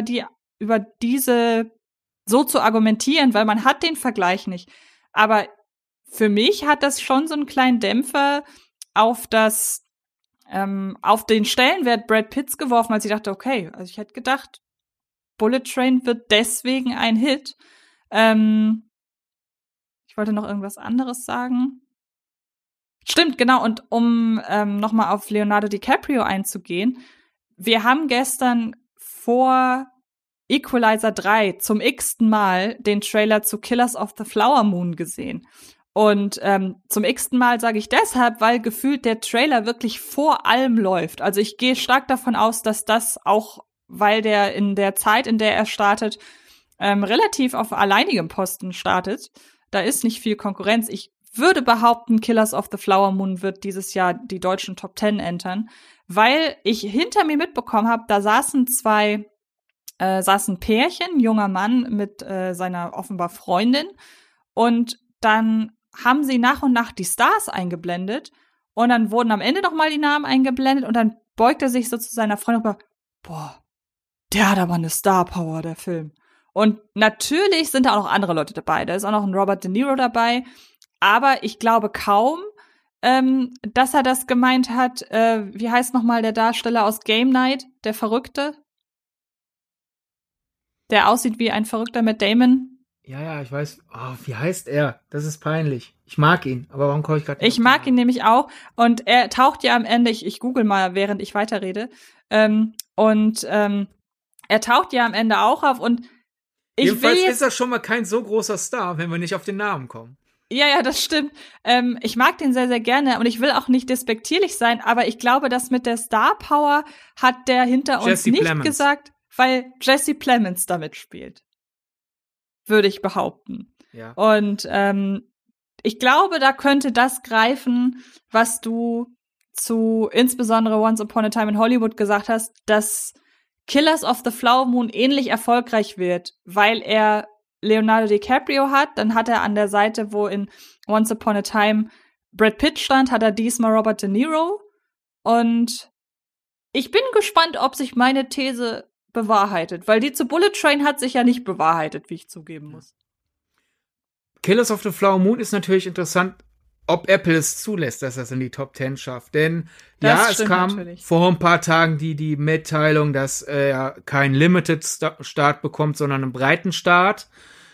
diese so zu argumentieren, weil man hat den Vergleich nicht. Aber für mich hat das schon so einen kleinen Dämpfer auf den Stellenwert Brad Pitts geworfen, als ich dachte, okay, also ich hätte gedacht, Bullet Train wird deswegen ein Hit. Ich wollte noch irgendwas anderes sagen. Stimmt, genau. Und um nochmal auf Leonardo DiCaprio einzugehen, wir haben gestern vor Equalizer 3 zum x-ten Mal den Trailer zu Killers of the Flower Moon gesehen. Und zum x-ten Mal sage ich deshalb, weil gefühlt der Trailer wirklich vor allem läuft. Also ich gehe stark davon aus, dass das auch, weil der in der Zeit, in der er startet, relativ auf alleinigem Posten startet. Da ist nicht viel Konkurrenz. Ich würde behaupten, Killers of the Flower Moon wird dieses Jahr die deutschen Top 10 entern, weil ich hinter mir mitbekommen habe, da saßen ein Pärchen, ein junger Mann mit seiner offenbar Freundin, und dann haben sie nach und nach die Stars eingeblendet und dann wurden am Ende noch mal die Namen eingeblendet und dann beugt er sich so zu seiner Freundin und sagt, boah, der hat aber eine Star-Power, der Film. Und natürlich sind da auch noch andere Leute dabei. Da ist auch noch ein Robert De Niro dabei. Aber ich glaube kaum, dass er das gemeint hat. Wie heißt nochmal der Darsteller aus Game Night? Der Verrückte? Der aussieht wie ein Verrückter mit Damon. Ja, ich weiß. Oh, wie heißt er? Das ist peinlich. Ich mag ihn, aber warum komme ich gerade nicht? Ich mag ihn nämlich auch. Und er taucht ja am Ende, ich google mal, während ich weiterrede. Er taucht ja am Ende auch auf. Und jedenfalls ist er schon mal kein so großer Star, wenn wir nicht auf den Namen kommen. Ja, das stimmt. Ich mag den sehr, sehr gerne und ich will auch nicht despektierlich sein, aber ich glaube, das mit der Star Power hat der hinter uns Jesse nicht Plemons gesagt, weil Jesse Plemons damit spielt. Würde ich behaupten. Ja. Und ich glaube, da könnte das greifen, was du zu insbesondere Once Upon a Time in Hollywood gesagt hast, dass Killers of the Flower Moon ähnlich erfolgreich wird, weil er Leonardo DiCaprio hat, dann hat er an der Seite, wo in Once Upon a Time Brad Pitt stand, hat er diesmal Robert De Niro. Und ich bin gespannt, ob sich meine These bewahrheitet, weil die zu Bullet Train hat sich ja nicht bewahrheitet, wie ich zugeben muss. Killers of the Flower Moon ist natürlich interessant, ob Apple es zulässt, dass er es in die Top 10 schafft. Denn es kam natürlich vor ein paar Tagen die Mitteilung, dass er keinen Limited-Start bekommt, sondern einen breiten Start.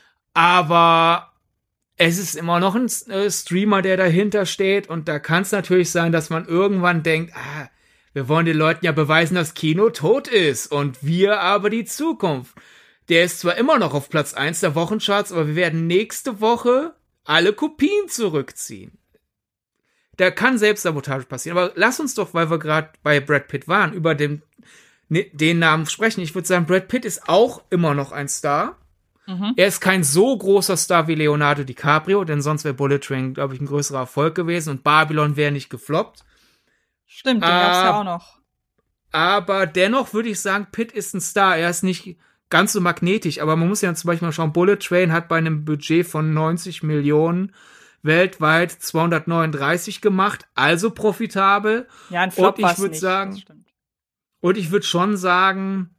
Aber es ist immer noch ein Streamer, der dahinter steht. Und da kann es natürlich sein, dass man irgendwann denkt, wir wollen den Leuten ja beweisen, dass Kino tot ist. Und wir aber die Zukunft. Der ist zwar immer noch auf Platz 1 der Wochencharts, aber wir werden nächste Woche alle Kopien zurückziehen. Da kann Selbstsabotage passieren. Aber lass uns doch, weil wir gerade bei Brad Pitt waren, über den Namen sprechen. Ich würde sagen, Brad Pitt ist auch immer noch ein Star. Mhm. Er ist kein so großer Star wie Leonardo DiCaprio, denn sonst wäre Bullet Train, glaube ich, ein größerer Erfolg gewesen und Babylon wäre nicht gefloppt. Stimmt, den gab's ja auch noch. Aber dennoch würde ich sagen, Pitt ist ein Star. Er ist nicht ganz so magnetisch, aber man muss ja zum Beispiel mal schauen, Bullet Train hat bei einem Budget von 90 Millionen weltweit 239 gemacht, also profitabel. Ja, ein Flop und ich würde sagen, und ich würde schon sagen,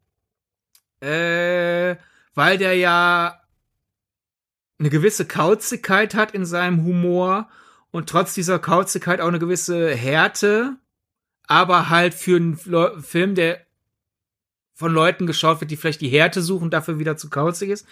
weil der ja eine gewisse Kauzigkeit hat in seinem Humor und trotz dieser Kauzigkeit auch eine gewisse Härte, aber halt für einen Film, der von Leuten geschaut wird, die vielleicht die Härte suchen, dafür wieder zu kauzig ist.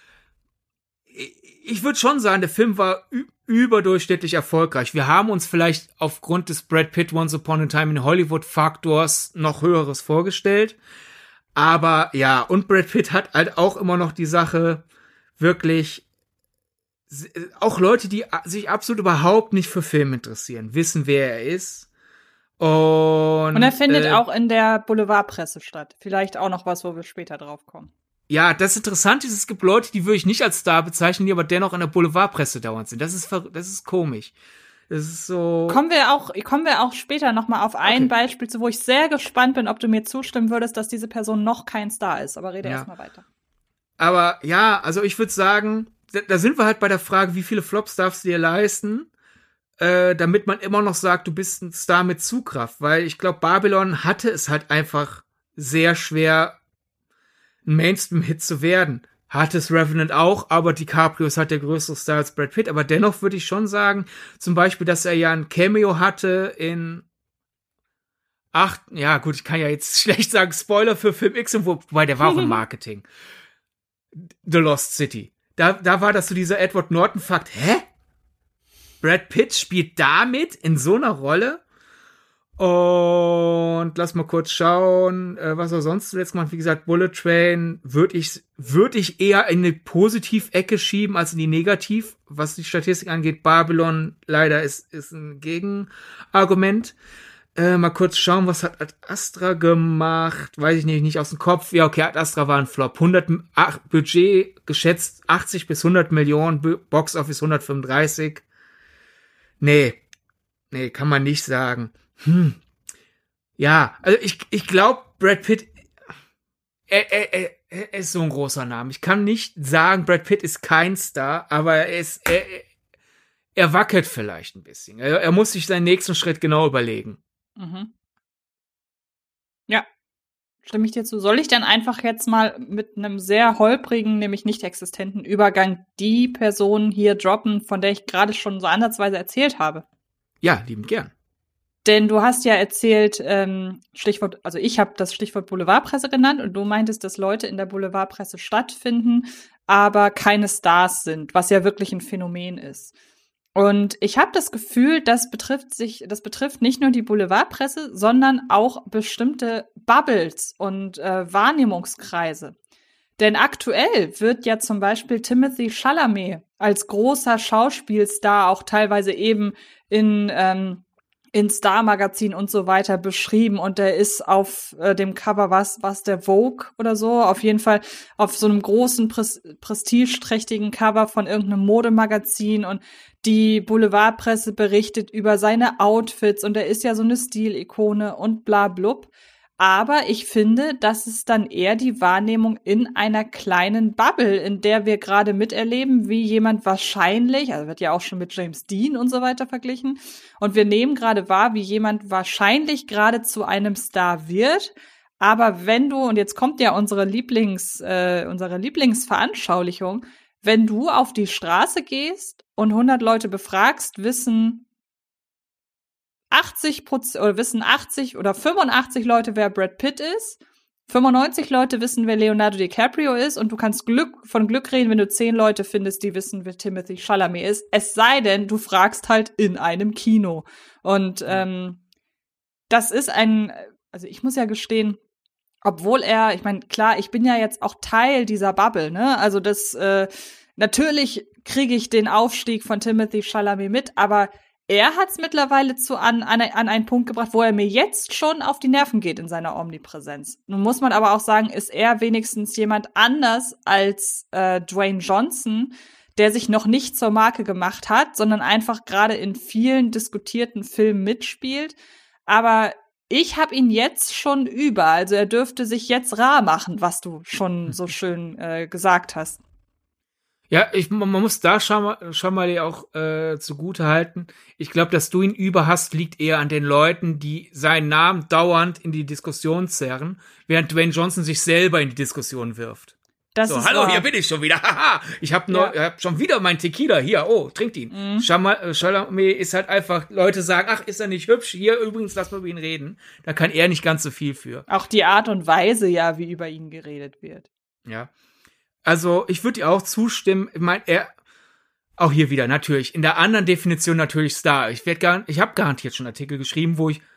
Ich würde schon sagen, der Film war überdurchschnittlich erfolgreich. Wir haben uns vielleicht aufgrund des Brad Pitt Once Upon a Time in Hollywood Faktors noch Höheres vorgestellt. Aber ja, und Brad Pitt hat halt auch immer noch die Sache wirklich, auch Leute, die sich absolut überhaupt nicht für Film interessieren, wissen, wer er ist. Und er findet auch in der Boulevardpresse statt. Vielleicht auch noch was, wo wir später drauf kommen. Ja, das Interessante ist, es gibt Leute, die würde ich nicht als Star bezeichnen, die aber dennoch in der Boulevardpresse dauernd sind. Das ist komisch. Das ist so. Kommen wir auch später noch mal auf ein Beispiel, wo ich sehr gespannt bin, ob du mir zustimmen würdest, dass diese Person noch kein Star ist. Aber rede erst mal weiter. Aber ja, also ich würde sagen, da sind wir halt bei der Frage, wie viele Flops darfst du dir leisten? Damit man immer noch sagt, du bist ein Star mit Zugkraft, weil ich glaube, Babylon hatte es halt einfach sehr schwer, ein Mainstream-Hit zu werden. Hatte es Revenant auch, aber DiCaprio ist halt der größere Star als Brad Pitt, aber dennoch würde ich schon sagen, zum Beispiel, dass er ja ein Cameo hatte in ja gut, ich kann ja jetzt schlecht sagen, Spoiler für Film X, wobei der war auch im Marketing. The Lost City. Da war das so dieser Edward Norton-Fakt, hä? Brad Pitt spielt damit in so einer Rolle Und lass mal kurz schauen, was er sonst zuletzt gemacht. Wie gesagt, Bullet Train würde ich eher in die Positiv-Ecke schieben als in die Negativ. Was die Statistik angeht, Babylon leider ist ein Gegenargument. Mal kurz schauen, was hat Ad Astra gemacht? Weiß ich nicht aus dem Kopf. Ja, okay, Ad Astra war ein Flop. Budget geschätzt 80 bis 100 Millionen, Box Office 135. Nee, kann man nicht sagen. Ja, also ich glaube, Brad Pitt, er ist so ein großer Name. Ich kann nicht sagen, Brad Pitt ist kein Star, aber er wackelt vielleicht ein bisschen. Er muss sich seinen nächsten Schritt genau überlegen. Mhm. Ja, stimme ich dir zu. Soll ich dann einfach jetzt mal mit einem sehr holprigen, nämlich nicht existenten Übergang die Person hier droppen, von der ich gerade schon so ansatzweise erzählt habe? Ja, liebend gern. Denn du hast ja erzählt, Stichwort, also ich habe das Stichwort Boulevardpresse genannt und du meintest, dass Leute in der Boulevardpresse stattfinden, aber keine Stars sind, was ja wirklich ein Phänomen ist. Und ich habe das Gefühl, das betrifft nicht nur die Boulevardpresse, sondern auch bestimmte Bubbles und Wahrnehmungskreise. Denn aktuell wird ja zum Beispiel Timothée Chalamet als großer Schauspielstar auch teilweise eben in Star-Magazin und so weiter beschrieben und der ist auf dem Cover was der Vogue oder so, auf jeden Fall auf so einem großen prestigeträchtigen Cover von irgendeinem Modemagazin und die Boulevardpresse berichtet über seine Outfits und er ist ja so eine Stilikone und bla blub. Aber ich finde, das ist dann eher die Wahrnehmung in einer kleinen Bubble, in der wir gerade miterleben, wie jemand wahrscheinlich, also wird ja auch schon mit James Dean und so weiter verglichen, und wir nehmen gerade wahr, wie jemand wahrscheinlich gerade zu einem Star wird. Aber wenn du, und jetzt kommt ja unsere Lieblingsveranschaulichung, wenn du auf die Straße gehst und 100 Leute befragst, wissen 80 oder 85 Leute, wer Brad Pitt ist. 95 Leute wissen, wer Leonardo DiCaprio ist. Und du kannst von Glück reden, wenn du 10 Leute findest, die wissen, wer Timothée Chalamet ist. Es sei denn, du fragst halt in einem Kino. Und das ist also ich muss ja gestehen, obwohl ich meine, klar, ich bin ja jetzt auch Teil dieser Bubble, ne? Also natürlich kriege ich den Aufstieg von Timothée Chalamet mit, aber er hat's mittlerweile an einen Punkt gebracht, wo er mir jetzt schon auf die Nerven geht in seiner Omnipräsenz. Nun muss man aber auch sagen, ist er wenigstens jemand anders als Dwayne Johnson, der sich noch nicht zur Marke gemacht hat, sondern einfach gerade in vielen diskutierten Filmen mitspielt. Aber ich habe ihn jetzt schon über, also er dürfte sich jetzt rar machen, was du schon so schön gesagt hast. Ja, man muss da schon mal dir auch zugute halten. Ich glaube, dass du ihn über hast, liegt eher an den Leuten, die seinen Namen dauernd in die Diskussion zerren, während Dwayne Johnson sich selber in die Diskussion wirft. Das so, ist hallo, wahr. Hier bin ich schon wieder. Haha, ich hab schon wieder mein Tequila hier. Oh, trinkt ihn. Chalamet ist halt einfach, Leute sagen, ach, ist er nicht hübsch? Hier übrigens, lass mal über ihn reden. Da kann er nicht ganz so viel für. Auch die Art und Weise, ja, wie über ihn geredet wird. Ja. Also, ich würde dir auch zustimmen. Ich meine, auch hier wieder, natürlich, in der anderen Definition natürlich Star. Ich habe garantiert schon Artikel geschrieben, wo ich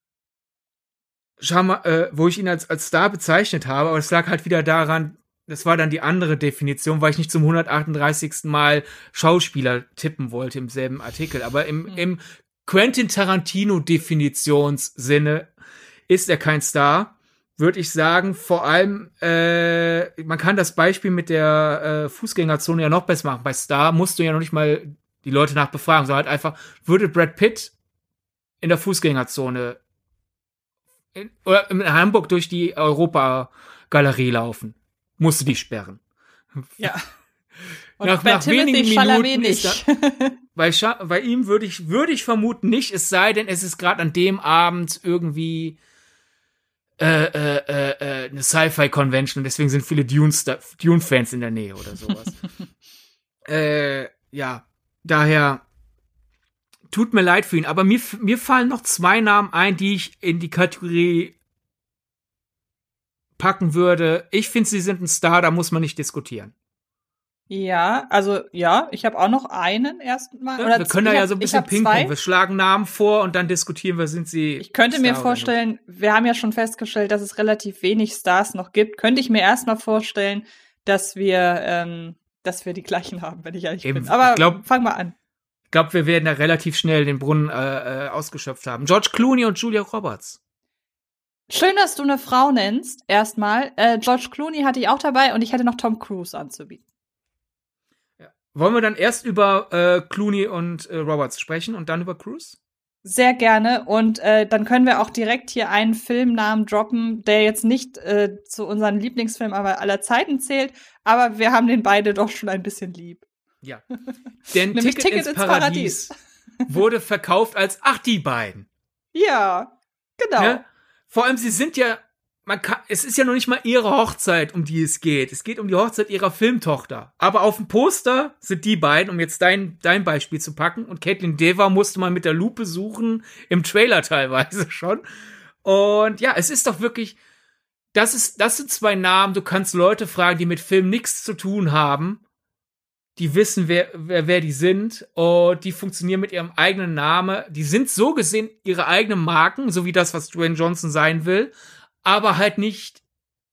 ihn als Star bezeichnet habe, aber es lag halt wieder daran, das war dann die andere Definition, weil ich nicht zum 138. Mal Schauspieler tippen wollte im selben Artikel. Aber im Quentin Tarantino-Definitionssinne ist er kein Star, würde ich sagen. Vor allem, man kann das Beispiel mit der Fußgängerzone ja noch besser machen. Bei Star musst du ja noch nicht mal die Leute nach befragen, sondern halt einfach, würde Brad Pitt in der Fußgängerzone oder in Hamburg durch die Europa-Galerie laufen, musst du die sperren. Ja. Und nach wenigen Minuten nicht. Bei ihm würde ich vermuten nicht, es sei denn, es ist gerade an dem Abend irgendwie eine Sci-Fi-Convention und deswegen sind viele Dune-Fans in der Nähe oder sowas. Ja, daher tut mir leid für ihn, aber mir fallen noch 2 Namen ein, die ich in die Kategorie packen würde. Ich finde, sie sind ein Star, da muss man nicht diskutieren. Ja, also ja, ich habe auch noch einen erstmal. Ja, wir können da ja so ein bisschen Ping-Pong. Wir schlagen Namen vor und dann diskutieren wir, sind sie. Ich könnte mir vorstellen, wir haben ja schon festgestellt, dass es relativ wenig Stars noch gibt. Könnte ich mir erstmal vorstellen, dass wir die gleichen haben, wenn ich ehrlich bin. Aber fang mal an. Ich glaube, wir werden da relativ schnell den Brunnen ausgeschöpft haben. George Clooney und Julia Roberts. Schön, dass du eine Frau nennst, erstmal. George Clooney hatte ich auch dabei und ich hätte noch Tom Cruise anzubieten. Ja. Wollen wir dann erst über Clooney und Roberts sprechen und dann über Cruise? Sehr gerne. Und dann können wir auch direkt hier einen Filmnamen droppen, der jetzt nicht zu unseren Lieblingsfilmen aller Zeiten zählt, aber wir haben den beide doch schon ein bisschen lieb. Ja. Denn Ticket ins Paradies wurde verkauft als, ach, die beiden. Ja, genau. Ja? Vor allem, sie sind ja, es ist ja noch nicht mal ihre Hochzeit, um die es geht. Es geht um die Hochzeit ihrer Filmtochter. Aber auf dem Poster sind die beiden, um jetzt dein Beispiel zu packen. Und Caitlin Dever musste man mit der Lupe suchen, im Trailer teilweise schon. Und ja, es ist doch wirklich, das sind zwei Namen, du kannst Leute fragen, die mit Film nichts zu tun haben. Die wissen, wer die sind, und die funktionieren mit ihrem eigenen Namen. Die sind so gesehen ihre eigenen Marken, so wie das, was Dwayne Johnson sein will, aber halt nicht,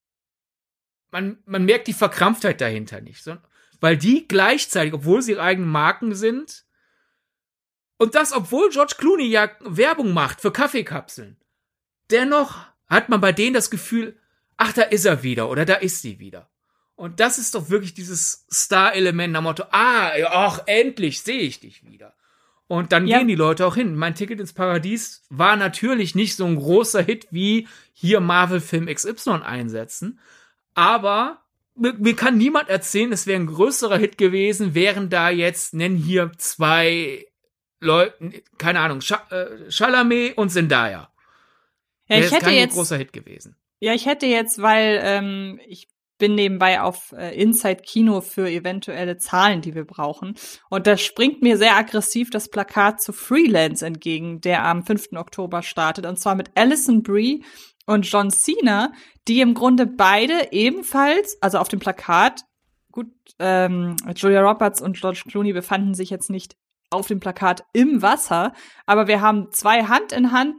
man merkt die Verkrampftheit dahinter nicht, weil die gleichzeitig, obwohl sie ihre eigenen Marken sind, und das, obwohl George Clooney ja Werbung macht für Kaffeekapseln, dennoch hat man bei denen das Gefühl, ach, da ist er wieder oder da ist sie wieder. Und das ist doch wirklich dieses Star-Element am Motto, ach, endlich sehe ich dich wieder. Und dann gehen die Leute auch hin. Mein Ticket ins Paradies war natürlich nicht so ein großer Hit wie hier Marvel-Film XY einsetzen. Aber mir kann niemand erzählen, es wäre ein größerer Hit gewesen, wären da jetzt, nennen hier zwei Leute, keine Ahnung, Chalamet und Zendaya. Ja, ich hätte jetzt ein großer Hit gewesen. Ja, ich hätte jetzt, weil ich bin nebenbei auf Inside Kino für eventuelle Zahlen, die wir brauchen. Und da springt mir sehr aggressiv das Plakat zu Freelance entgegen, der am 5. Oktober startet. Und zwar mit Alison Brie und John Cena, die im Grunde beide ebenfalls, also auf dem Plakat, gut, Julia Roberts und George Clooney befanden sich jetzt nicht auf dem Plakat im Wasser, aber wir haben zwei Hand in Hand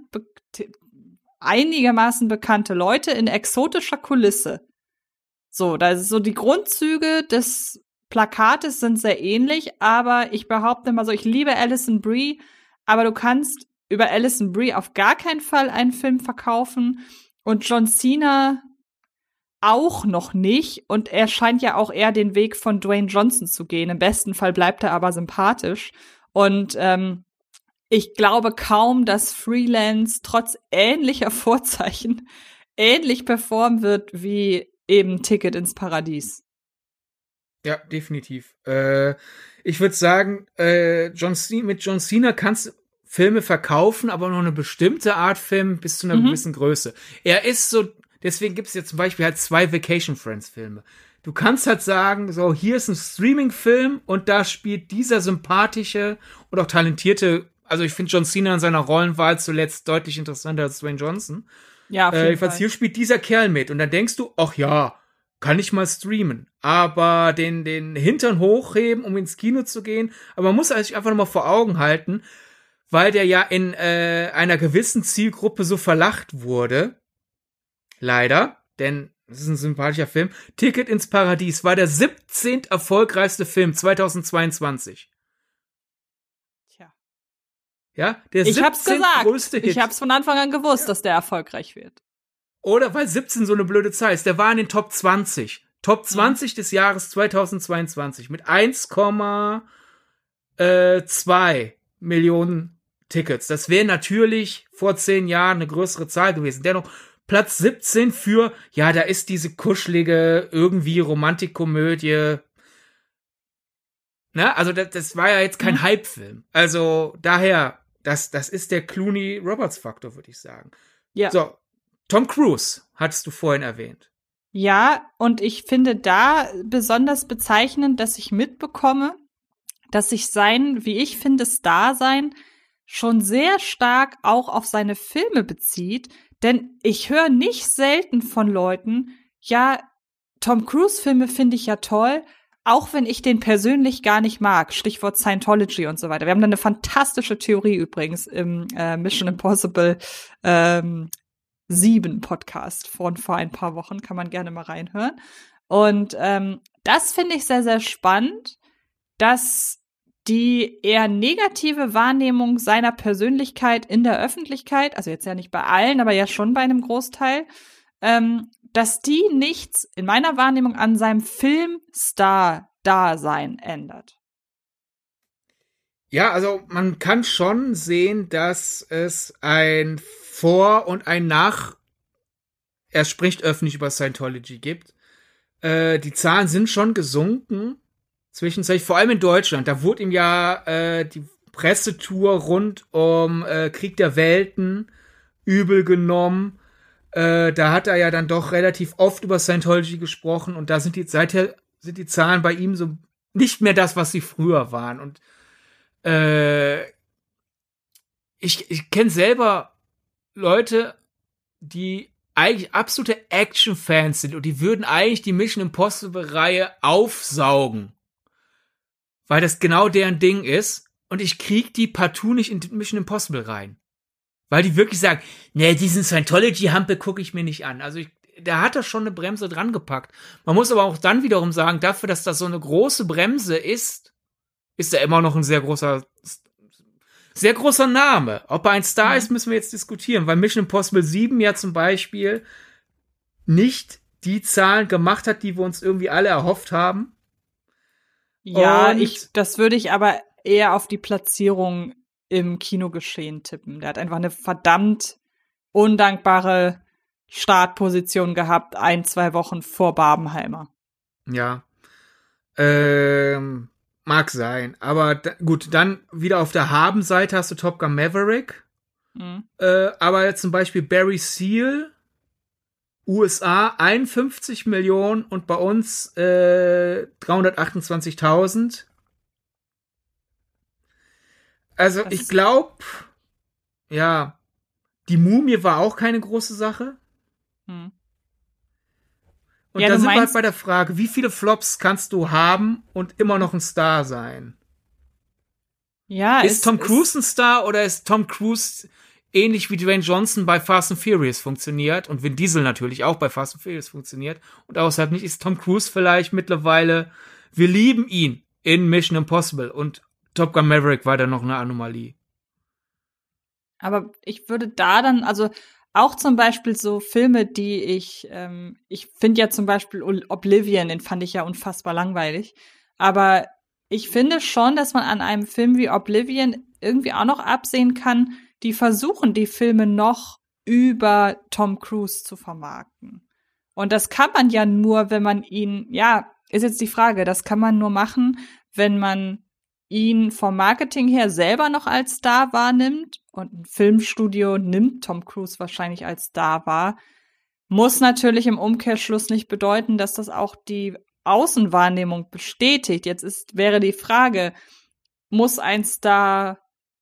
einigermaßen bekannte Leute in exotischer Kulisse. So, da ist so die Grundzüge des Plakates sind sehr ähnlich, aber ich behaupte mal so, ich liebe Alison Brie, aber du kannst über Alison Brie auf gar keinen Fall einen Film verkaufen und John Cena auch noch nicht, und er scheint ja auch eher den Weg von Dwayne Johnson zu gehen. Im besten Fall bleibt er aber sympathisch und ich glaube kaum, dass Freelance trotz ähnlicher Vorzeichen ähnlich performen wird wie eben Ticket ins Paradies. Ja, definitiv. Ich würde sagen, mit John Cena kannst du Filme verkaufen, aber nur eine bestimmte Art Film bis zu einer gewissen Größe. Er ist so, deswegen gibt es jetzt zum Beispiel halt 2 Vacation Friends Filme. Du kannst halt sagen, so, hier ist ein Streaming-Film und da spielt dieser sympathische und auch talentierte, also ich finde John Cena in seiner Rollenwahl zuletzt deutlich interessanter als Dwayne Johnson. Ja, auf jeden Fall. Hier spielt dieser Kerl mit und dann denkst du, ach ja, kann ich mal streamen. Aber den Hintern hochheben, um ins Kino zu gehen, aber man muss sich einfach nochmal vor Augen halten, weil der ja in einer gewissen Zielgruppe so verlacht wurde. Leider, denn das ist ein sympathischer Film. Ticket ins Paradies war der 17. erfolgreichste Film 2022. Tja. Ja, der ich 17. größte Hit. Ich hab's von Anfang an gewusst, dass der erfolgreich wird. Oder weil 17 so eine blöde Zahl ist. Der war in den Top 20. Top 20 des Jahres 2022 mit 1,2 Millionen Tickets. Das wäre natürlich vor 10 Jahren eine größere Zahl gewesen. Dennoch Platz 17 für, ja, da ist diese kuschelige, irgendwie Romantikkomödie. Na, also das war ja jetzt kein Hype-Film. Also daher, das ist der Clooney-Roberts-Faktor, würde ich sagen. Ja. So, Tom Cruise hattest du vorhin erwähnt. Ja, und ich finde da besonders bezeichnend, dass ich mitbekomme, dass sich sein, wie ich finde, Star-Sein schon sehr stark auch auf seine Filme bezieht. Denn ich höre nicht selten von Leuten, ja, Tom Cruise-Filme finde ich ja toll, auch wenn ich den persönlich gar nicht mag, Stichwort Scientology und so weiter. Wir haben da eine fantastische Theorie übrigens im Mission Impossible 7 Podcast von vor ein paar Wochen, kann man gerne mal reinhören. Und das finde ich sehr, sehr spannend, dass die eher negative Wahrnehmung seiner Persönlichkeit in der Öffentlichkeit, also jetzt ja nicht bei allen, aber ja schon bei einem Großteil, dass die nichts in meiner Wahrnehmung an seinem Filmstar-Dasein ändert. Ja, also man kann schon sehen, dass es ein Vor- und ein Nach- er spricht öffentlich über Scientology gibt. Die Zahlen sind schon gesunken, zwischenzeitlich, vor allem in Deutschland. Da wurde ihm ja die Pressetour rund um Krieg der Welten übel genommen. Da hat er ja dann doch relativ oft über Scientology gesprochen und da seither sind die Zahlen bei ihm so nicht mehr das, was sie früher waren. Und ich kenne selber Leute, die eigentlich absolute Action-Fans sind und die würden eigentlich die Mission Impossible-Reihe aufsaugen, weil das genau deren Ding ist und ich krieg die partout nicht in Mission Impossible rein. Weil die wirklich sagen, nee, diesen Scientology-Hampel gucke ich mir nicht an. Also da hat er schon eine Bremse dran gepackt. Man muss aber auch dann wiederum sagen, dafür, dass das so eine große Bremse ist er immer noch ein sehr großer Name. Ob er ein Star ist, müssen wir jetzt diskutieren, weil Mission Impossible 7 ja zum Beispiel nicht die Zahlen gemacht hat, die wir uns irgendwie alle erhofft haben. Ja, das würde ich aber eher auf die Platzierung im Kinogeschehen tippen. Der hat einfach eine verdammt undankbare Startposition gehabt, 1-2 Wochen vor Barbenheimer. Ja. Mag sein. Aber gut, dann wieder auf der Habenseite hast du Top Gun Maverick. Mhm. Aber jetzt zum Beispiel Barry Seal, USA 51 Millionen und bei uns 328.000. Also ich glaube, ja, die Mumie war auch keine große Sache. Und ja, da sind wir halt bei der Frage, wie viele Flops kannst du haben und immer noch ein Star sein? Ja, ist Tom Cruise ein Star oder ist Tom Cruise ähnlich wie Dwayne Johnson bei Fast and Furious funktioniert und Vin Diesel natürlich auch bei Fast and Furious funktioniert und außerhalb nicht, ist Tom Cruise vielleicht mittlerweile, wir lieben ihn in Mission Impossible und Top Gun Maverick war da noch eine Anomalie. Aber ich würde da dann, also auch zum Beispiel so Filme, die ich finde ja zum Beispiel Oblivion, den fand ich ja unfassbar langweilig. Aber ich finde schon, dass man an einem Film wie Oblivion irgendwie auch noch absehen kann, die versuchen, die Filme noch über Tom Cruise zu vermarkten. Und das kann man ja nur, wenn man ihn, ja, ist jetzt die Frage, das kann man nur machen, wenn man ihn vom Marketing her selber noch als Star wahrnimmt und ein Filmstudio nimmt Tom Cruise wahrscheinlich als Star wahr, muss natürlich im Umkehrschluss nicht bedeuten, dass das auch die Außenwahrnehmung bestätigt. Jetzt wäre die Frage, muss ein Star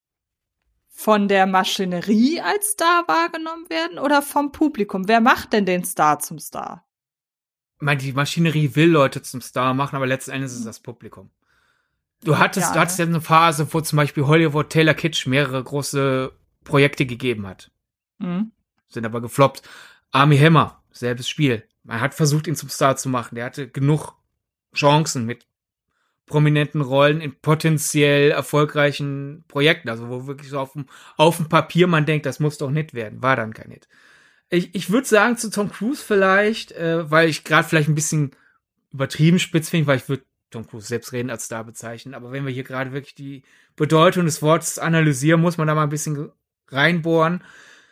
von der Maschinerie als Star wahrgenommen werden oder vom Publikum? Wer macht denn den Star zum Star? Ich meine, die Maschinerie will Leute zum Star machen, aber letzten Endes ist es das Publikum. Du hattest ja eine Phase, wo zum Beispiel Hollywood Taylor Kitsch mehrere große Projekte gegeben hat. Mhm. Sind aber gefloppt. Armie Hammer, selbes Spiel. Man hat versucht, ihn zum Star zu machen. Der hatte genug Chancen mit prominenten Rollen in potenziell erfolgreichen Projekten. Also wo wirklich so auf dem Papier man denkt, das muss doch nicht werden. War dann kein Hit. Ich würde sagen, zu Tom Cruise vielleicht, weil ich gerade vielleicht ein bisschen übertrieben spitz finde, weil ich würde Tom Cruise selbstredend als Star bezeichnen, aber wenn wir hier gerade wirklich die Bedeutung des Wortes analysieren, muss man da mal ein bisschen reinbohren.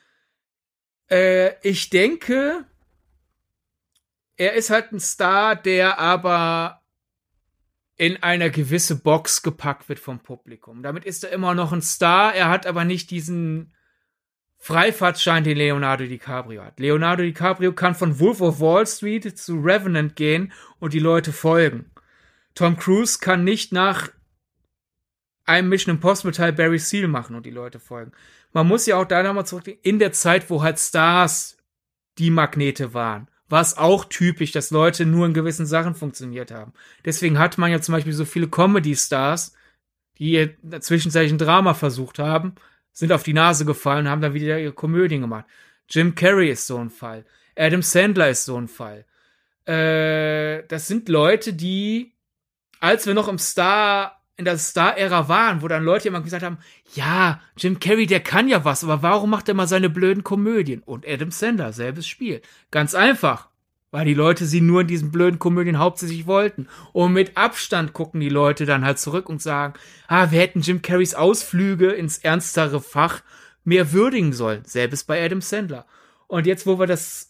Ich denke, er ist halt ein Star, der aber in eine gewisse Box gepackt wird vom Publikum. Damit ist er immer noch ein Star, er hat aber nicht diesen Freifahrtschein, den Leonardo DiCaprio hat. Leonardo DiCaprio kann von Wolf of Wall Street zu Revenant gehen und die Leute folgen. Tom Cruise kann nicht nach einem Mission Impossible Teil Barry Seal machen und die Leute folgen. Man muss ja auch da nochmal zurückdenken, in der Zeit, wo halt Stars die Magnete waren, war es auch typisch, dass Leute nur in gewissen Sachen funktioniert haben. Deswegen hat man ja zum Beispiel so viele Comedy-Stars, die zwischenzeitlich ein Drama versucht haben, sind auf die Nase gefallen und haben dann wieder ihre Komödien gemacht. Jim Carrey ist so ein Fall. Adam Sandler ist so ein Fall. Das sind Leute, die, als wir noch in der Star-Ära waren, wo dann Leute immer gesagt haben, ja, Jim Carrey, der kann ja was, aber warum macht er mal seine blöden Komödien? Und Adam Sandler, selbes Spiel. Ganz einfach, weil die Leute sie nur in diesen blöden Komödien hauptsächlich wollten. Und mit Abstand gucken die Leute dann halt zurück und sagen, wir hätten Jim Carreys Ausflüge ins ernstere Fach mehr würdigen sollen. Selbes bei Adam Sandler. Und jetzt, wo wir das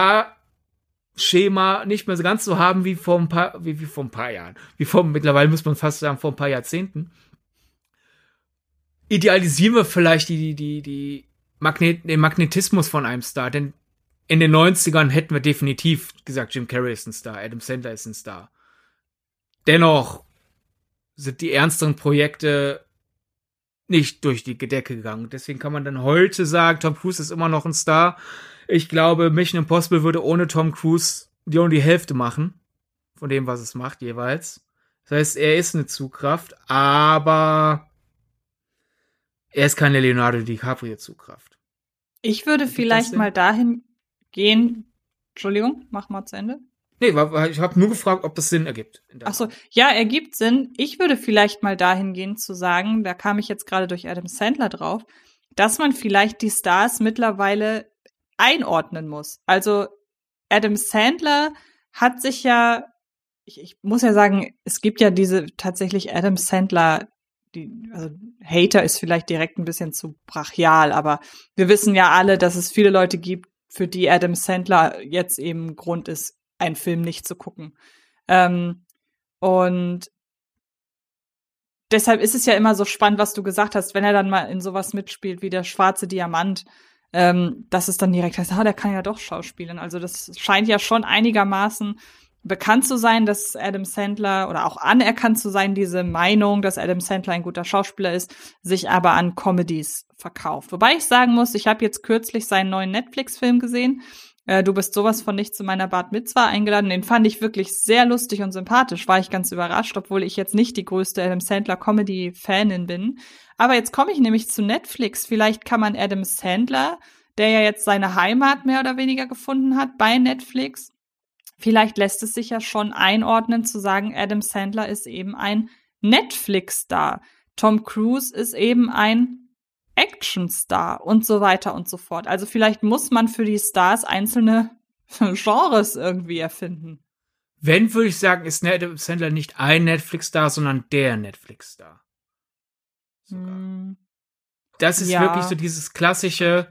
Star-Schema nicht mehr so ganz so haben wie vor ein paar Jahren, mittlerweile muss man fast sagen, vor ein paar Jahrzehnten, idealisieren wir vielleicht den Magnetismus von einem Star, denn in den 90ern hätten wir definitiv gesagt, Jim Carrey ist ein Star, Adam Sandler ist ein Star. Dennoch sind die ernsteren Projekte nicht durch die Decke gegangen. Deswegen kann man dann heute sagen, Tom Cruise ist immer noch ein Star. Ich glaube, Mission Impossible würde ohne Tom Cruise nur die Hälfte machen von dem, was es macht jeweils. Das heißt, er ist eine Zugkraft, aber er ist keine Leonardo DiCaprio-Zugkraft. Ich würde vielleicht mal dahin gehen. Entschuldigung, mach mal zu Ende. Nee, ich habe nur gefragt, ob das Sinn ergibt. Ach so, ja, ergibt Sinn. Ich würde vielleicht mal dahin gehen zu sagen, da kam ich jetzt gerade durch Adam Sandler drauf, dass man vielleicht die Stars mittlerweile einordnen muss. Also Adam Sandler hat sich ja, ich muss ja sagen, es gibt ja diese tatsächlich Adam Sandler, also Hater ist vielleicht direkt ein bisschen zu brachial, aber wir wissen ja alle, dass es viele Leute gibt, für die Adam Sandler jetzt eben Grund ist, einen Film nicht zu gucken. Und deshalb ist es ja immer so spannend, was du gesagt hast, wenn er dann mal in sowas mitspielt wie der schwarze Diamant, dass es dann direkt heißt, der kann ja doch schauspielen. Also das scheint ja schon einigermaßen bekannt zu sein, dass Adam Sandler oder auch anerkannt zu sein, diese Meinung, dass Adam Sandler ein guter Schauspieler ist, sich aber an Comedies verkauft. Wobei ich sagen muss, ich habe jetzt kürzlich seinen neuen Netflix-Film gesehen. Du bist sowas von nicht zu meiner Bar Mitzwa eingeladen. Den fand ich wirklich sehr lustig und sympathisch. War ich ganz überrascht, obwohl ich jetzt nicht die größte Adam Sandler Comedy-Fanin bin. Aber jetzt komme ich nämlich zu Netflix. Vielleicht kann man Adam Sandler, der ja jetzt seine Heimat mehr oder weniger gefunden hat bei Netflix, vielleicht lässt es sich ja schon einordnen zu sagen, Adam Sandler ist eben ein Netflix-Star. Tom Cruise ist eben ein Actionstar und so weiter und so fort. Also vielleicht muss man für die Stars einzelne Genres irgendwie erfinden. Wenn, würde ich sagen, ist Adam Sandler nicht ein Netflix-Star, sondern der Netflix-Star. Das ist wirklich so dieses klassische,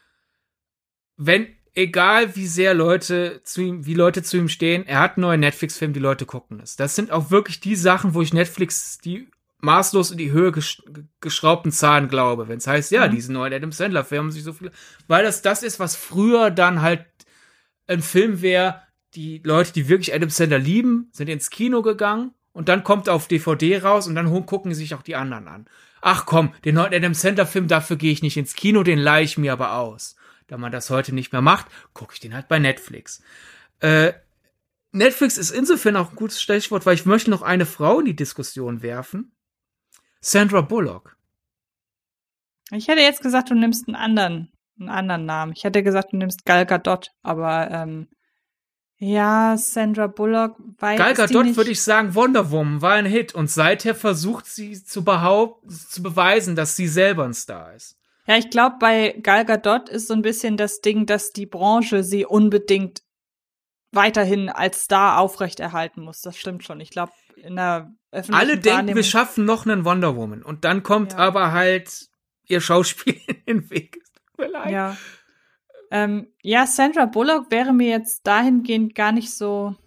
egal wie sehr Leute zu ihm stehen, er hat einen neuen Netflix-Film, die Leute gucken es. Das sind auch wirklich die Sachen, wo ich Netflix die maßlos in die Höhe geschraubten Zahlen glaube. Wenn es heißt, diesen neuen Adam Sandler-Film haben sich so viele, weil das ist, was früher dann halt ein Film wäre, die Leute, die wirklich Adam Sandler lieben, sind ins Kino gegangen und dann kommt er auf DVD raus und dann gucken sich auch die anderen an. Ach komm, den neuen Adam Sandler-Film, dafür gehe ich nicht ins Kino, den leihe ich mir aber aus. Da man das heute nicht mehr macht, gucke ich den halt bei Netflix. Netflix ist insofern auch ein gutes Stichwort, weil ich möchte noch eine Frau in die Diskussion werfen. Sandra Bullock. Ich hätte jetzt gesagt, du nimmst einen anderen Namen. Ich hätte gesagt, du nimmst Gal Gadot, aber Sandra Bullock. Gal Gadot würde ich sagen, Wonder Woman war ein Hit und seither versucht sie zu beweisen, dass sie selber ein Star ist. Ja, ich glaube, bei Gal Gadot ist so ein bisschen das Ding, dass die Branche sie unbedingt weiterhin als Star aufrechterhalten muss. Das stimmt schon. Ich glaube, in der öffentlichen alle denken, wir schaffen noch einen Wonder Woman. Und dann kommt aber halt ihr Schauspiel in den Weg. Tut mir leid. Ja. Sandra Bullock wäre mir jetzt dahingehend gar nicht so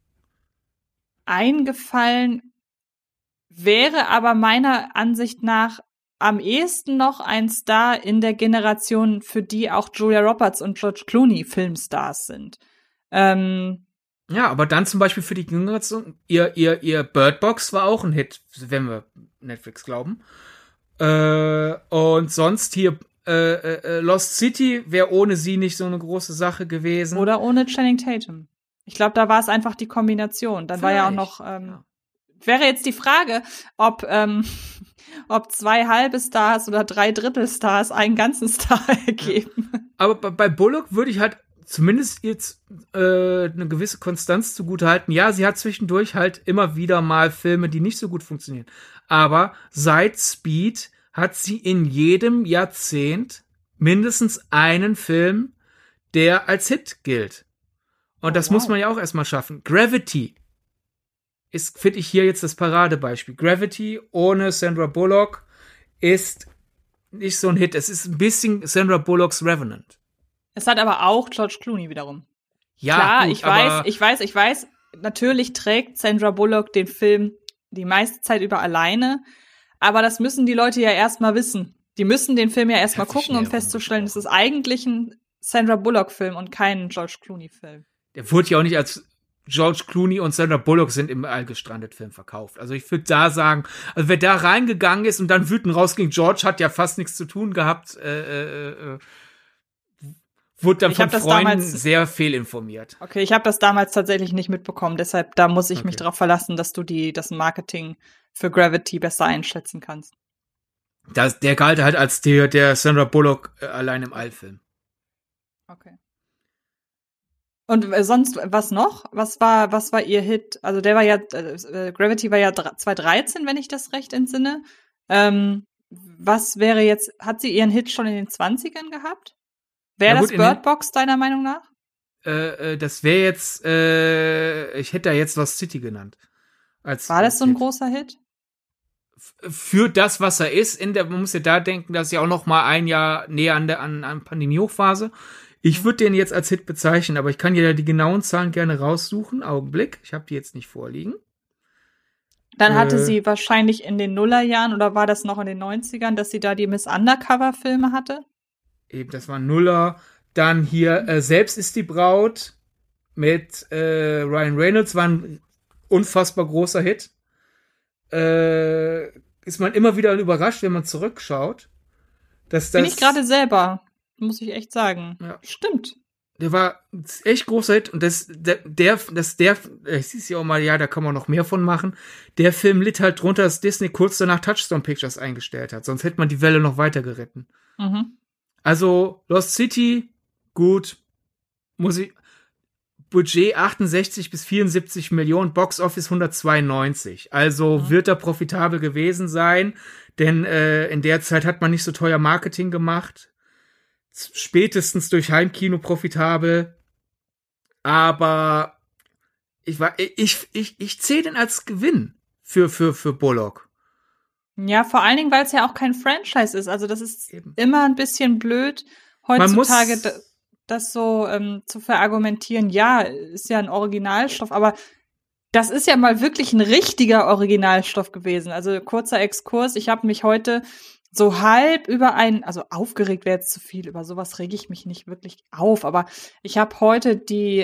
eingefallen, wäre aber meiner Ansicht nach am ehesten noch ein Star in der Generation, für die auch Julia Roberts und George Clooney Filmstars sind. Ja, aber dann zum Beispiel für die Generation, ihr Bird Box war auch ein Hit, wenn wir Netflix glauben. Und sonst hier Lost City wäre ohne sie nicht so eine große Sache gewesen. Oder ohne Channing Tatum. Ich glaube, da war es einfach die Kombination. Dann war ja auch noch, wäre jetzt die Frage, ob 2 halbe Stars oder 3 Drittel Stars einen ganzen Star ergeben. Ja. Aber bei Bullock würde ich halt zumindest jetzt eine gewisse Konstanz zugutehalten. Ja, sie hat zwischendurch halt immer wieder mal Filme, die nicht so gut funktionieren. Aber seit Speed hat sie in jedem Jahrzehnt mindestens einen Film, der als Hit gilt. Und das muss man ja auch erstmal schaffen. Gravity ist, finde ich, hier jetzt das Paradebeispiel. Gravity ohne Sandra Bullock ist nicht so ein Hit. Es ist ein bisschen Sandra Bullocks Revenant. Es hat aber auch George Clooney wiederum. Ja, klar, gut, ich weiß. Natürlich trägt Sandra Bullock den Film die meiste Zeit über alleine. Aber das müssen die Leute ja erstmal wissen. Die müssen den Film ja erstmal gucken, um festzustellen, es ist eigentlich ein Sandra Bullock-Film und kein George Clooney-Film. Der wurde ja auch nicht als George Clooney und Sandra Bullock sind im Allgestrandet-Film verkauft. Also ich würde da sagen, also wer da reingegangen ist und dann wütend rausging, George hat ja fast nichts zu tun gehabt, wurde dann von Freunden sehr fehlinformiert. Okay, ich habe das damals tatsächlich nicht mitbekommen, deshalb da muss ich mich darauf verlassen, dass du das Marketing für Gravity besser einschätzen kannst. Der galt halt als der Sandra Bullock allein im All-Film. Okay. Und sonst, was noch? Was war ihr Hit? Also der war ja, Gravity war ja 2013, wenn ich das recht entsinne. Was wäre jetzt, hat sie ihren Hit schon in den 20ern gehabt? Wäre das Bird Box deiner Meinung nach? Das wäre jetzt, ich hätte da jetzt Lost City genannt. War das so ein großer Hit? Für das, was er ist, man muss ja da denken, dass ja auch noch mal ein Jahr näher an Pandemie-Hochphase. Ich würde den jetzt als Hit bezeichnen, aber ich kann ja die genauen Zahlen gerne raussuchen. Augenblick, ich habe die jetzt nicht vorliegen. Dann hatte sie wahrscheinlich in den Nullerjahren, oder war das noch in den 90ern, dass sie da die Miss Undercover-Filme hatte? Eben, das war Nuller. Dann hier Selbst ist die Braut mit Ryan Reynolds, war ein unfassbar großer Hit. Ist man immer wieder überrascht, wenn man zurückschaut. Dass das bin ich gerade selber, muss ich echt sagen. Ja. Stimmt. Der war ein echt großer Hit und ich sieh's ja auch mal, ja, da kann man noch mehr von machen. Der Film litt halt drunter, dass Disney kurz danach Touchstone Pictures eingestellt hat. Sonst hätte man die Welle noch weiter geritten. Mhm. Also, Lost City, gut. Budget 68 bis 74 Millionen, Box Office 192. Also wird er profitabel gewesen sein, denn in der Zeit hat man nicht so teuer Marketing gemacht. Spätestens durch Heimkino profitabel. Aber ich zähle den als Gewinn für Bullock. Ja, vor allen Dingen, weil es ja auch kein Franchise ist. Also das ist immer ein bisschen blöd, heutzutage das so zu verargumentieren. Ja, ist ja ein Originalstoff, aber das ist ja mal wirklich ein richtiger Originalstoff gewesen. Also kurzer Exkurs, ich habe mich heute so halb also aufgeregt wäre jetzt zu viel, über sowas rege ich mich nicht wirklich auf, aber ich habe heute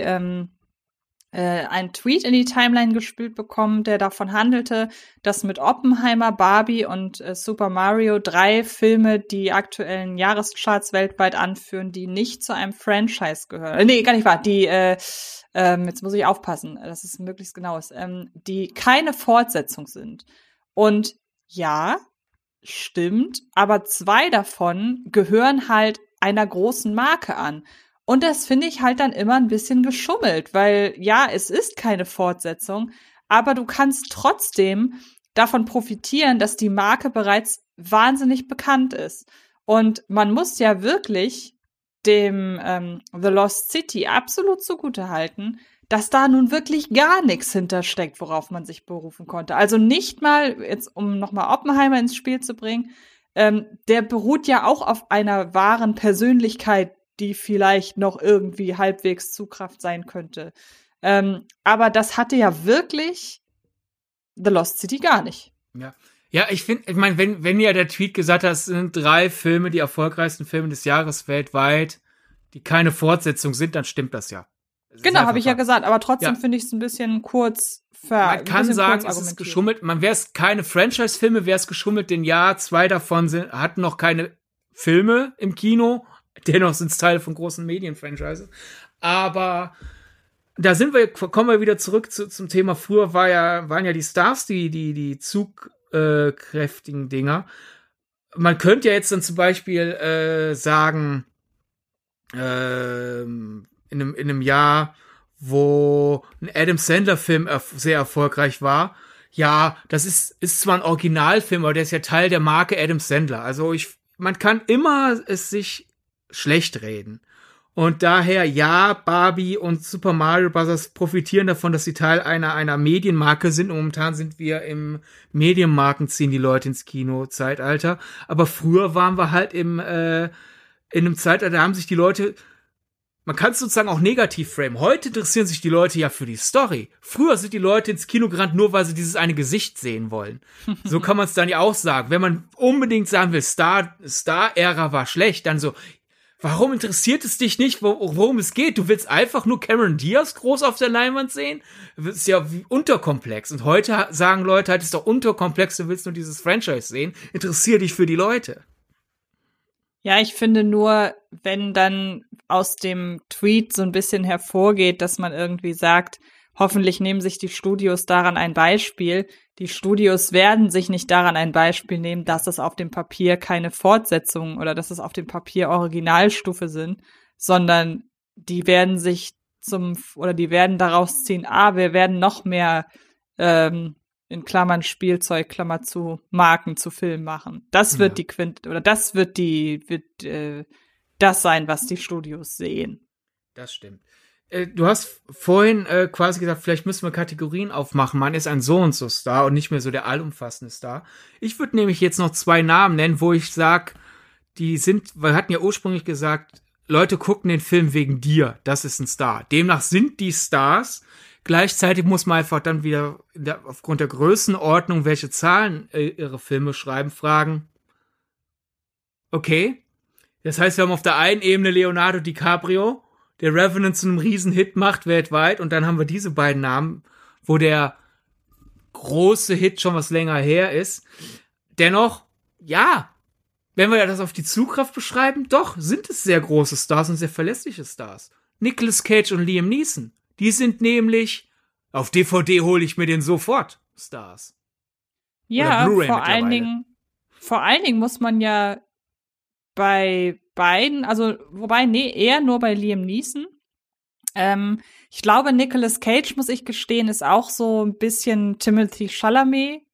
einen Tweet in die Timeline gespült bekommen, der davon handelte, dass mit Oppenheimer, Barbie und Super Mario 3 Filme die aktuellen Jahrescharts weltweit anführen, die nicht zu einem Franchise gehören. Nee, gar nicht wahr. Die, jetzt muss ich aufpassen, dass es möglichst genau ist, die keine Fortsetzung sind. Und ja, stimmt, aber 2 davon gehören halt einer großen Marke an. Und das finde ich halt dann immer ein bisschen geschummelt, weil ja, es ist keine Fortsetzung, aber du kannst trotzdem davon profitieren, dass die Marke bereits wahnsinnig bekannt ist. Und man muss ja wirklich dem The Lost City absolut zugutehalten, dass da nun wirklich gar nichts hintersteckt, worauf man sich berufen konnte. Also nicht mal, jetzt um nochmal Oppenheimer ins Spiel zu bringen, der beruht ja auch auf einer wahren Persönlichkeit, die vielleicht noch irgendwie halbwegs Zugkraft sein könnte. Aber das hatte ja wirklich The Lost City gar nicht. Ja, ich meine, wenn ja der Tweet gesagt hat, es sind 3 Filme, die erfolgreichsten Filme des Jahres weltweit, die keine Fortsetzung sind, dann stimmt das ja. Genau, habe ich ja gesagt, aber trotzdem finde ich es ein bisschen kurz Man kann sagen, es ist geschummelt. Wäre es keine Franchise-Filme, wäre es geschummelt, denn ja, 2 davon hatten noch keine Filme im Kino, dennoch sind es Teile von großen Medienfranchises. Aber da kommen wir wieder zurück zum Thema. Früher waren ja die Stars die zugkräftigen Dinger. Man könnte ja jetzt dann zum Beispiel sagen, in einem Jahr, wo ein Adam Sandler-Film sehr erfolgreich war. Ja, das ist zwar ein Originalfilm, aber der ist ja Teil der Marke Adam Sandler. Also man kann immer es sich schlecht reden. Und daher, ja, Barbie und Super Mario Bros. Profitieren davon, dass sie Teil einer Medienmarke sind. Und momentan sind wir im Medienmarken, ziehen die Leute ins Kino-Zeitalter. Aber früher waren wir halt in einem Zeitalter, da haben sich die Leute, man kann es sozusagen auch negativ framen. Heute interessieren sich die Leute ja für die Story. Früher sind die Leute ins Kino gerannt, nur weil sie dieses eine Gesicht sehen wollen. So kann man es dann ja auch sagen. Wenn man unbedingt sagen will, Star-Ära war schlecht, dann so, warum interessiert es dich nicht, worum es geht? Du willst einfach nur Cameron Diaz groß auf der Leinwand sehen? Das ist ja unterkomplex. Und heute sagen Leute, halt, ist doch unterkomplex, du willst nur dieses Franchise sehen. Interessier dich für die Leute. Ja, ich finde nur, wenn dann aus dem Tweet so ein bisschen hervorgeht, dass man irgendwie sagt, hoffentlich nehmen sich die Studios daran ein Beispiel. Die Studios werden sich nicht daran ein Beispiel nehmen, dass es auf dem Papier keine Fortsetzungen oder dass es auf dem Papier Originalstufe sind, sondern die werden die werden daraus ziehen, wir werden noch mehr in Klammern Spielzeug, Klammer zu, Marken zu Filmen machen. Das wird das sein, was die Studios sehen. Das stimmt. Du hast vorhin quasi gesagt, vielleicht müssen wir Kategorien aufmachen. Man ist ein so und so Star und nicht mehr so der allumfassende Star. Ich würde nämlich jetzt noch 2 Namen nennen, wo ich sag, wir hatten ja ursprünglich gesagt, Leute gucken den Film wegen dir. Das ist ein Star. Demnach sind die Stars. Gleichzeitig muss man einfach dann wieder aufgrund der Größenordnung, welche Zahlen ihre Filme schreiben, fragen. Okay. Das heißt, wir haben auf der einen Ebene Leonardo DiCaprio, der Revenant zu einem Riesenhit macht weltweit, und dann haben wir diese beiden Namen, wo der große Hit schon was länger her ist. Dennoch, ja, wenn wir das auf die Zugkraft beschreiben, doch, sind es sehr große Stars und sehr verlässliche Stars. Nicolas Cage und Liam Neeson, die sind nämlich, auf DVD hole ich mir den sofort, Stars. Ja, vor allen Dingen muss man ja bei beiden, also eher nur bei Liam Neeson. Ich glaube, Nicolas Cage, muss ich gestehen, ist auch so ein bisschen Timothée Chalamet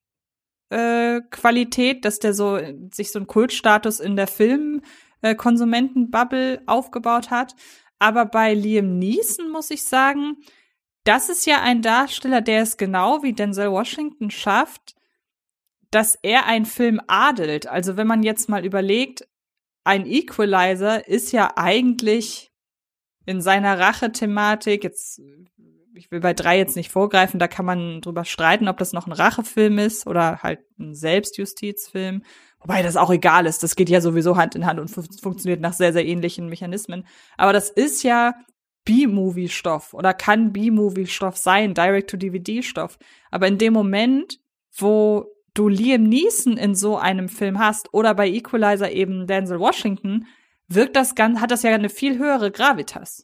Qualität, dass der sich so einen Kultstatus in der Filmkonsumentenbubble aufgebaut hat. Aber bei Liam Neeson muss ich sagen, das ist ja ein Darsteller, der es genau wie Denzel Washington schafft, dass er einen Film adelt. Also wenn man jetzt mal überlegt, ein Equalizer ist ja eigentlich in seiner Rache-Thematik, ich will bei 3 jetzt nicht vorgreifen, da kann man drüber streiten, ob das noch ein Rachefilm ist oder halt ein Selbstjustizfilm. Wobei das auch egal ist, das geht ja sowieso Hand in Hand und funktioniert nach sehr, sehr ähnlichen Mechanismen. Aber das ist ja B-Movie-Stoff oder kann B-Movie-Stoff sein, Direct-to-DVD-Stoff. Aber in dem Moment, wo du Liam Neeson in so einem Film hast oder bei Equalizer eben Denzel Washington, hat das ja eine viel höhere Gravitas.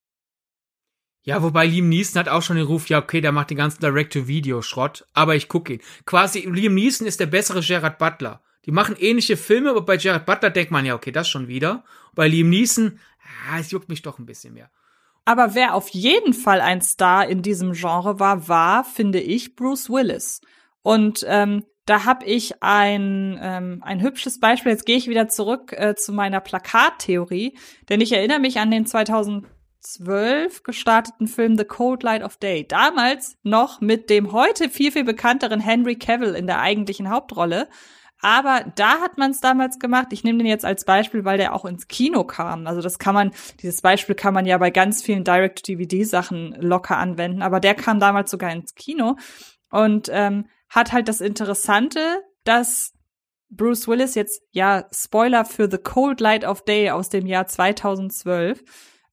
Ja, wobei Liam Neeson hat auch schon den Ruf, ja, okay, der macht den ganzen Direct-to-Video-Schrott, aber ich gucke ihn. Quasi, Liam Neeson ist der bessere Gerard Butler. Die machen ähnliche Filme, aber bei Gerard Butler denkt man, ja, okay, das schon wieder. Bei Liam Neeson, es juckt mich doch ein bisschen mehr. Aber wer auf jeden Fall ein Star in diesem Genre war, finde ich, Bruce Willis. Und da habe ich ein hübsches Beispiel. Jetzt gehe ich wieder zurück zu meiner Plakattheorie, denn ich erinnere mich an den 2012 gestarteten Film The Cold Light of Day. Damals noch mit dem heute viel, viel bekannteren Henry Cavill in der eigentlichen Hauptrolle. Aber da hat man es damals gemacht. Ich nehme den jetzt als Beispiel, weil der auch ins Kino kam. Also dieses Beispiel kann man ja bei ganz vielen Direct-to-DVD-Sachen locker anwenden. Aber der kam damals sogar ins Kino und hat halt das Interessante, dass Bruce Willis jetzt, ja, Spoiler für The Cold Light of Day aus dem Jahr 2012,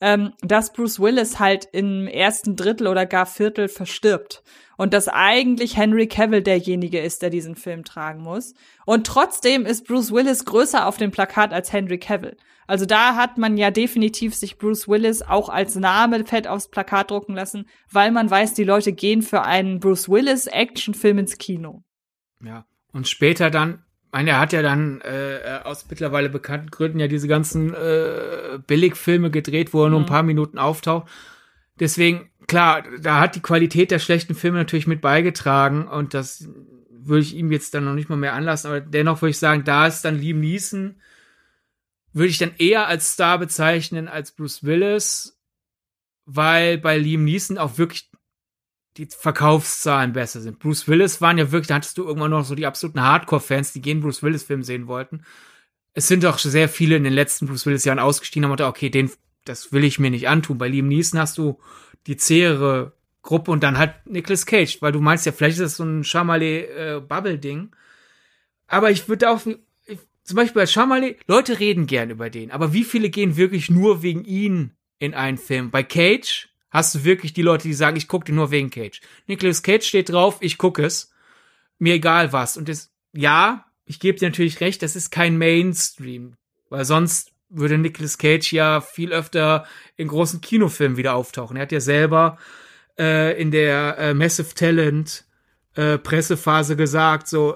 dass Bruce Willis halt im ersten Drittel oder gar Viertel verstirbt. Und dass eigentlich Henry Cavill derjenige ist, der diesen Film tragen muss. Und trotzdem ist Bruce Willis größer auf dem Plakat als Henry Cavill. Also da hat man ja definitiv sich Bruce Willis auch als Name fett aufs Plakat drucken lassen, weil man weiß, die Leute gehen für einen Bruce Willis Actionfilm ins Kino. Ja, und später dann, er hat ja dann aus mittlerweile bekannten Gründen ja diese ganzen Billigfilme gedreht, wo er nur ein paar Minuten auftaucht. Deswegen, klar, da hat die Qualität der schlechten Filme natürlich mit beigetragen und das würde ich ihm jetzt dann noch nicht mal mehr anlassen, aber dennoch würde ich sagen, da ist dann Liam Neeson, würde ich dann eher als Star bezeichnen als Bruce Willis, weil bei Liam Neeson auch wirklich die Verkaufszahlen besser sind. Bruce Willis waren ja wirklich, da hattest du irgendwann noch so die absoluten Hardcore-Fans, die jeden Bruce Willis-Film sehen wollten. Es sind doch sehr viele in den letzten Bruce Willis-Jahren ausgestiegen und haben gedacht, okay, das will ich mir nicht antun. Bei Liam Neeson hast du die zähere Gruppe und dann halt Nicolas Cage, weil du meinst ja, vielleicht ist das so ein Chalamet-Bubble-Ding. Aber ich würde auch, zum Beispiel bei Chalamet, Leute reden gern über den, aber wie viele gehen wirklich nur wegen ihn in einen Film? Bei Cage hast du wirklich die Leute, die sagen, ich gucke den nur wegen Cage. Nicolas Cage steht drauf, ich gucke es. Mir egal was. Und ich gebe dir natürlich recht, das ist kein Mainstream, weil sonst würde Nicolas Cage ja viel öfter in großen Kinofilmen wieder auftauchen. Er hat ja selber in der Massive Talent Pressephase gesagt, so,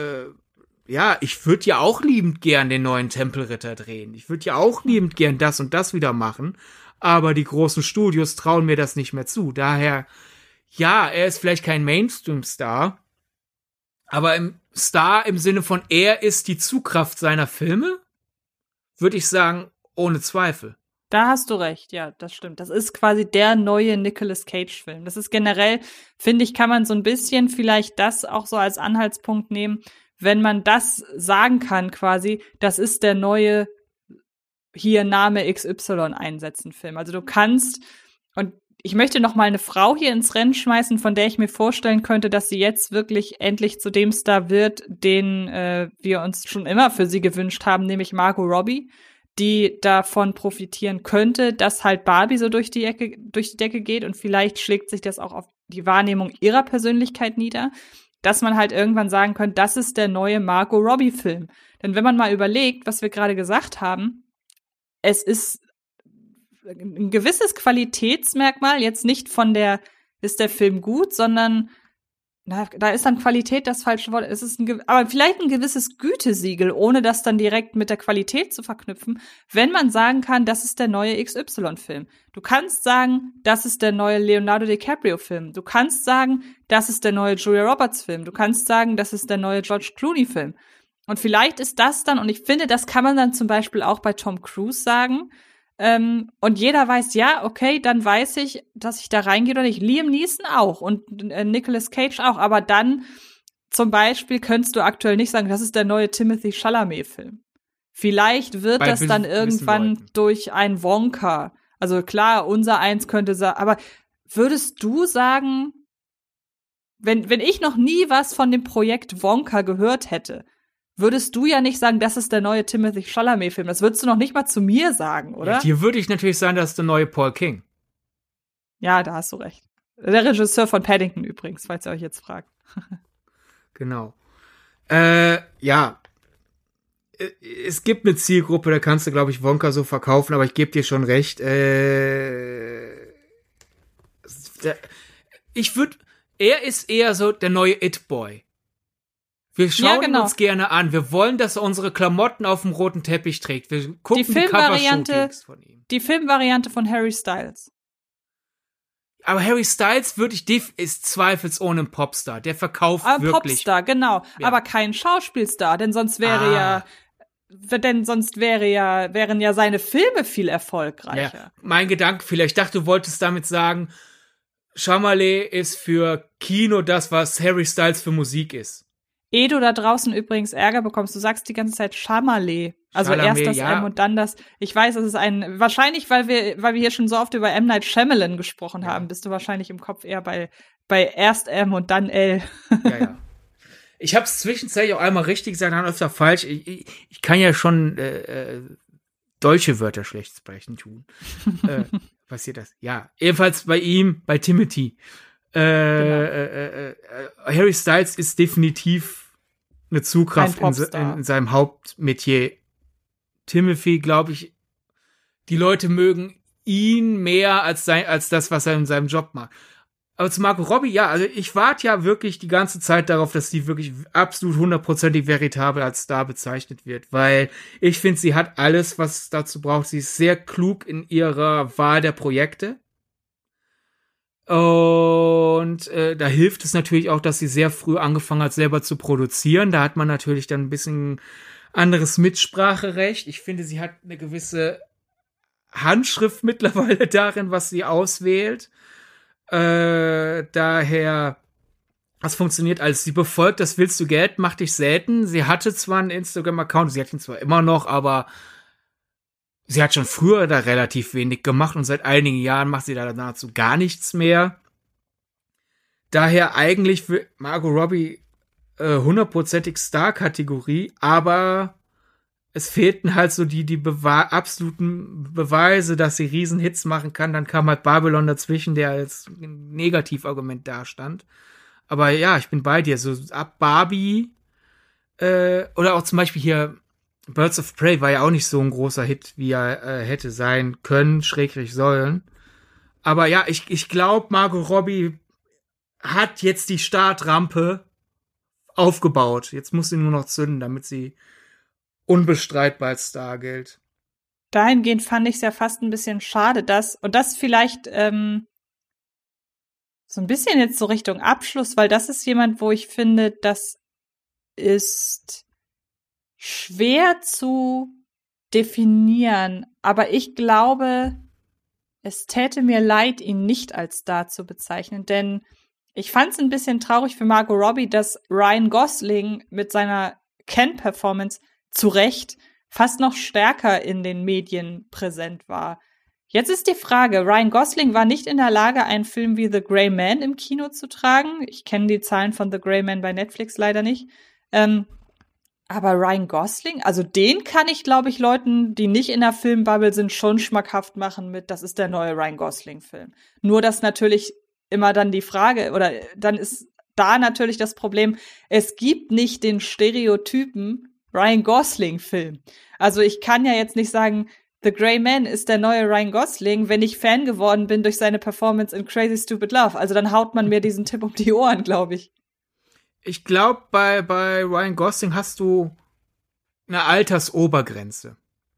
ich würde ja auch liebend gern den neuen Tempelritter drehen. Ich würde ja auch liebend gern das und das wieder machen. Aber die großen Studios trauen mir das nicht mehr zu. Daher, ja, er ist vielleicht kein Mainstream-Star, aber im Star im Sinne von, er ist die Zugkraft seiner Filme, würde ich sagen, ohne Zweifel. Da hast du recht, ja, das stimmt. Das ist quasi der neue Nicolas Cage-Film. Das ist generell, finde ich, kann man so ein bisschen vielleicht das auch so als Anhaltspunkt nehmen, wenn man das sagen kann quasi, das ist der neue hier Name XY einsetzen Film. Also du kannst, und ich möchte noch mal eine Frau hier ins Rennen schmeißen, von der ich mir vorstellen könnte, dass sie jetzt wirklich endlich zu dem Star wird, den wir uns schon immer für sie gewünscht haben, nämlich Margot Robbie, die davon profitieren könnte, dass halt Barbie so durch die Decke geht und vielleicht schlägt sich das auch auf die Wahrnehmung ihrer Persönlichkeit nieder, dass man halt irgendwann sagen könnte, das ist der neue Margot Robbie-Film. Denn wenn man mal überlegt, was wir gerade gesagt haben, es ist ein gewisses Qualitätsmerkmal, jetzt nicht von ist der Film gut, sondern da ist dann Qualität das falsche Wort. Es ist aber vielleicht ein gewisses Gütesiegel, ohne das dann direkt mit der Qualität zu verknüpfen, wenn man sagen kann, das ist der neue XY-Film. Du kannst sagen, das ist der neue Leonardo DiCaprio-Film. Du kannst sagen, das ist der neue Julia Roberts-Film. Du kannst sagen, das ist der neue George Clooney-Film. Und vielleicht ist das dann, und ich finde, das kann man dann zum Beispiel auch bei Tom Cruise sagen, und jeder weiß, ja, okay, dann weiß ich, dass ich da reingehe oder nicht. Liam Neeson auch und Nicolas Cage auch, aber dann zum Beispiel könntest du aktuell nicht sagen, das ist der neue Timothy Chalamet-Film. Vielleicht wird das dann irgendwann durch ein Wonka. Also klar, unser eins könnte sagen, aber würdest du sagen, wenn ich noch nie was von dem Projekt Wonka gehört hätte, würdest du ja nicht sagen, das ist der neue Timothy Chalamet-Film. Das würdest du noch nicht mal zu mir sagen, oder? Ja, dir würde ich natürlich sagen, das ist der neue Paul King. Ja, da hast du recht. Der Regisseur von Paddington übrigens, falls ihr euch jetzt fragt. Genau. Ja. Es gibt eine Zielgruppe, da kannst du, glaube ich, Wonka so verkaufen, aber ich gebe dir schon recht. Er ist eher so der neue It-Boy. Wir schauen ihn uns gerne an. Wir wollen, dass er unsere Klamotten auf dem roten Teppich trägt. Wir gucken die Cover-Shootings von ihm. Die Filmvariante von Harry Styles. Aber Harry Styles ist zweifelsohne ein Popstar. Der verkauft wirklich. Ein Popstar, genau. Ja. Aber kein Schauspielstar, denn sonst wären ja seine Filme viel erfolgreicher. Ja, mein Gedanke, vielleicht dachte, du wolltest damit sagen, Chalamet ist für Kino das, was Harry Styles für Musik ist. Ehe du da draußen übrigens Ärger bekommst, du sagst die ganze Zeit Chalamet. Also erst das M und dann das. Ich weiß, es ist wahrscheinlich, weil wir hier schon so oft über M. Night Shyamalan gesprochen haben, bist du wahrscheinlich im Kopf eher bei erst M und dann L. Ja. Ich habe es zwischenzeitlich auch einmal richtig gesagt, dann öfter falsch. Ich kann ja schon deutsche Wörter schlecht sprechen tun. Passiert das? Ja, ebenfalls bei ihm, bei Timothy. Genau. Harry Styles ist definitiv eine Zugkraft in seinem Hauptmetier. Timothy, glaube ich, die Leute mögen ihn mehr als das, was er in seinem Job macht. Aber zu Margot Robbie, ja, also ich warte ja wirklich die ganze Zeit darauf, dass die wirklich absolut 100%ig veritabel als Star bezeichnet wird, weil ich finde, sie hat alles, was es dazu braucht. Sie ist sehr klug in ihrer Wahl der Projekte. Und da hilft es natürlich auch, dass sie sehr früh angefangen hat, selber zu produzieren. Da hat man natürlich dann ein bisschen anderes Mitspracherecht. Ich finde, sie hat eine gewisse Handschrift mittlerweile darin, was sie auswählt. Daher, was funktioniert als sie befolgt, das willst du Geld, macht dich selten. Sie hatte zwar einen Instagram-Account, sie hat ihn zwar immer noch, aber sie hat schon früher da relativ wenig gemacht und seit einigen Jahren macht sie da nahezu gar nichts mehr. Daher eigentlich für Margot Robbie 100%ig Star-Kategorie, aber es fehlten halt so die absoluten Beweise, dass sie Riesenhits machen kann. Dann kam halt Babylon dazwischen, der als ein Negativargument dastand. Aber ja, ich bin bei dir. So ab Barbie oder auch zum Beispiel hier Birds of Prey war ja auch nicht so ein großer Hit, wie er hätte sein können, schrägstrich sollen. Aber ja, ich glaube, Margot Robbie hat jetzt die Startrampe aufgebaut. Jetzt muss sie nur noch zünden, damit sie unbestreitbar als Star gilt. Dahingehend fand ich es ja fast ein bisschen schade, und das vielleicht so ein bisschen jetzt so Richtung Abschluss, weil das ist jemand, wo ich finde, das ist schwer zu definieren, aber ich glaube, es täte mir leid, ihn nicht als Star zu bezeichnen, denn ich fand es ein bisschen traurig für Margot Robbie, dass Ryan Gosling mit seiner Ken-Performance zu Recht fast noch stärker in den Medien präsent war. Jetzt ist die Frage, Ryan Gosling war nicht in der Lage, einen Film wie The Gray Man im Kino zu tragen. Ich kenne die Zahlen von The Gray Man bei Netflix leider nicht. Aber Ryan Gosling, also den kann ich, glaube ich, Leuten, die nicht in der Filmbubble sind, schon schmackhaft machen mit, das ist der neue Ryan Gosling-Film. Nur, dass natürlich immer dann die Frage, oder dann ist da natürlich das Problem, es gibt nicht den Stereotypen Ryan Gosling-Film. Also ich kann ja jetzt nicht sagen, The Gray Man ist der neue Ryan Gosling, wenn ich Fan geworden bin durch seine Performance in Crazy Stupid Love. Also dann haut man mir diesen Tipp um die Ohren, glaube ich. Ich glaube, bei Ryan Gosling hast du eine Altersobergrenze.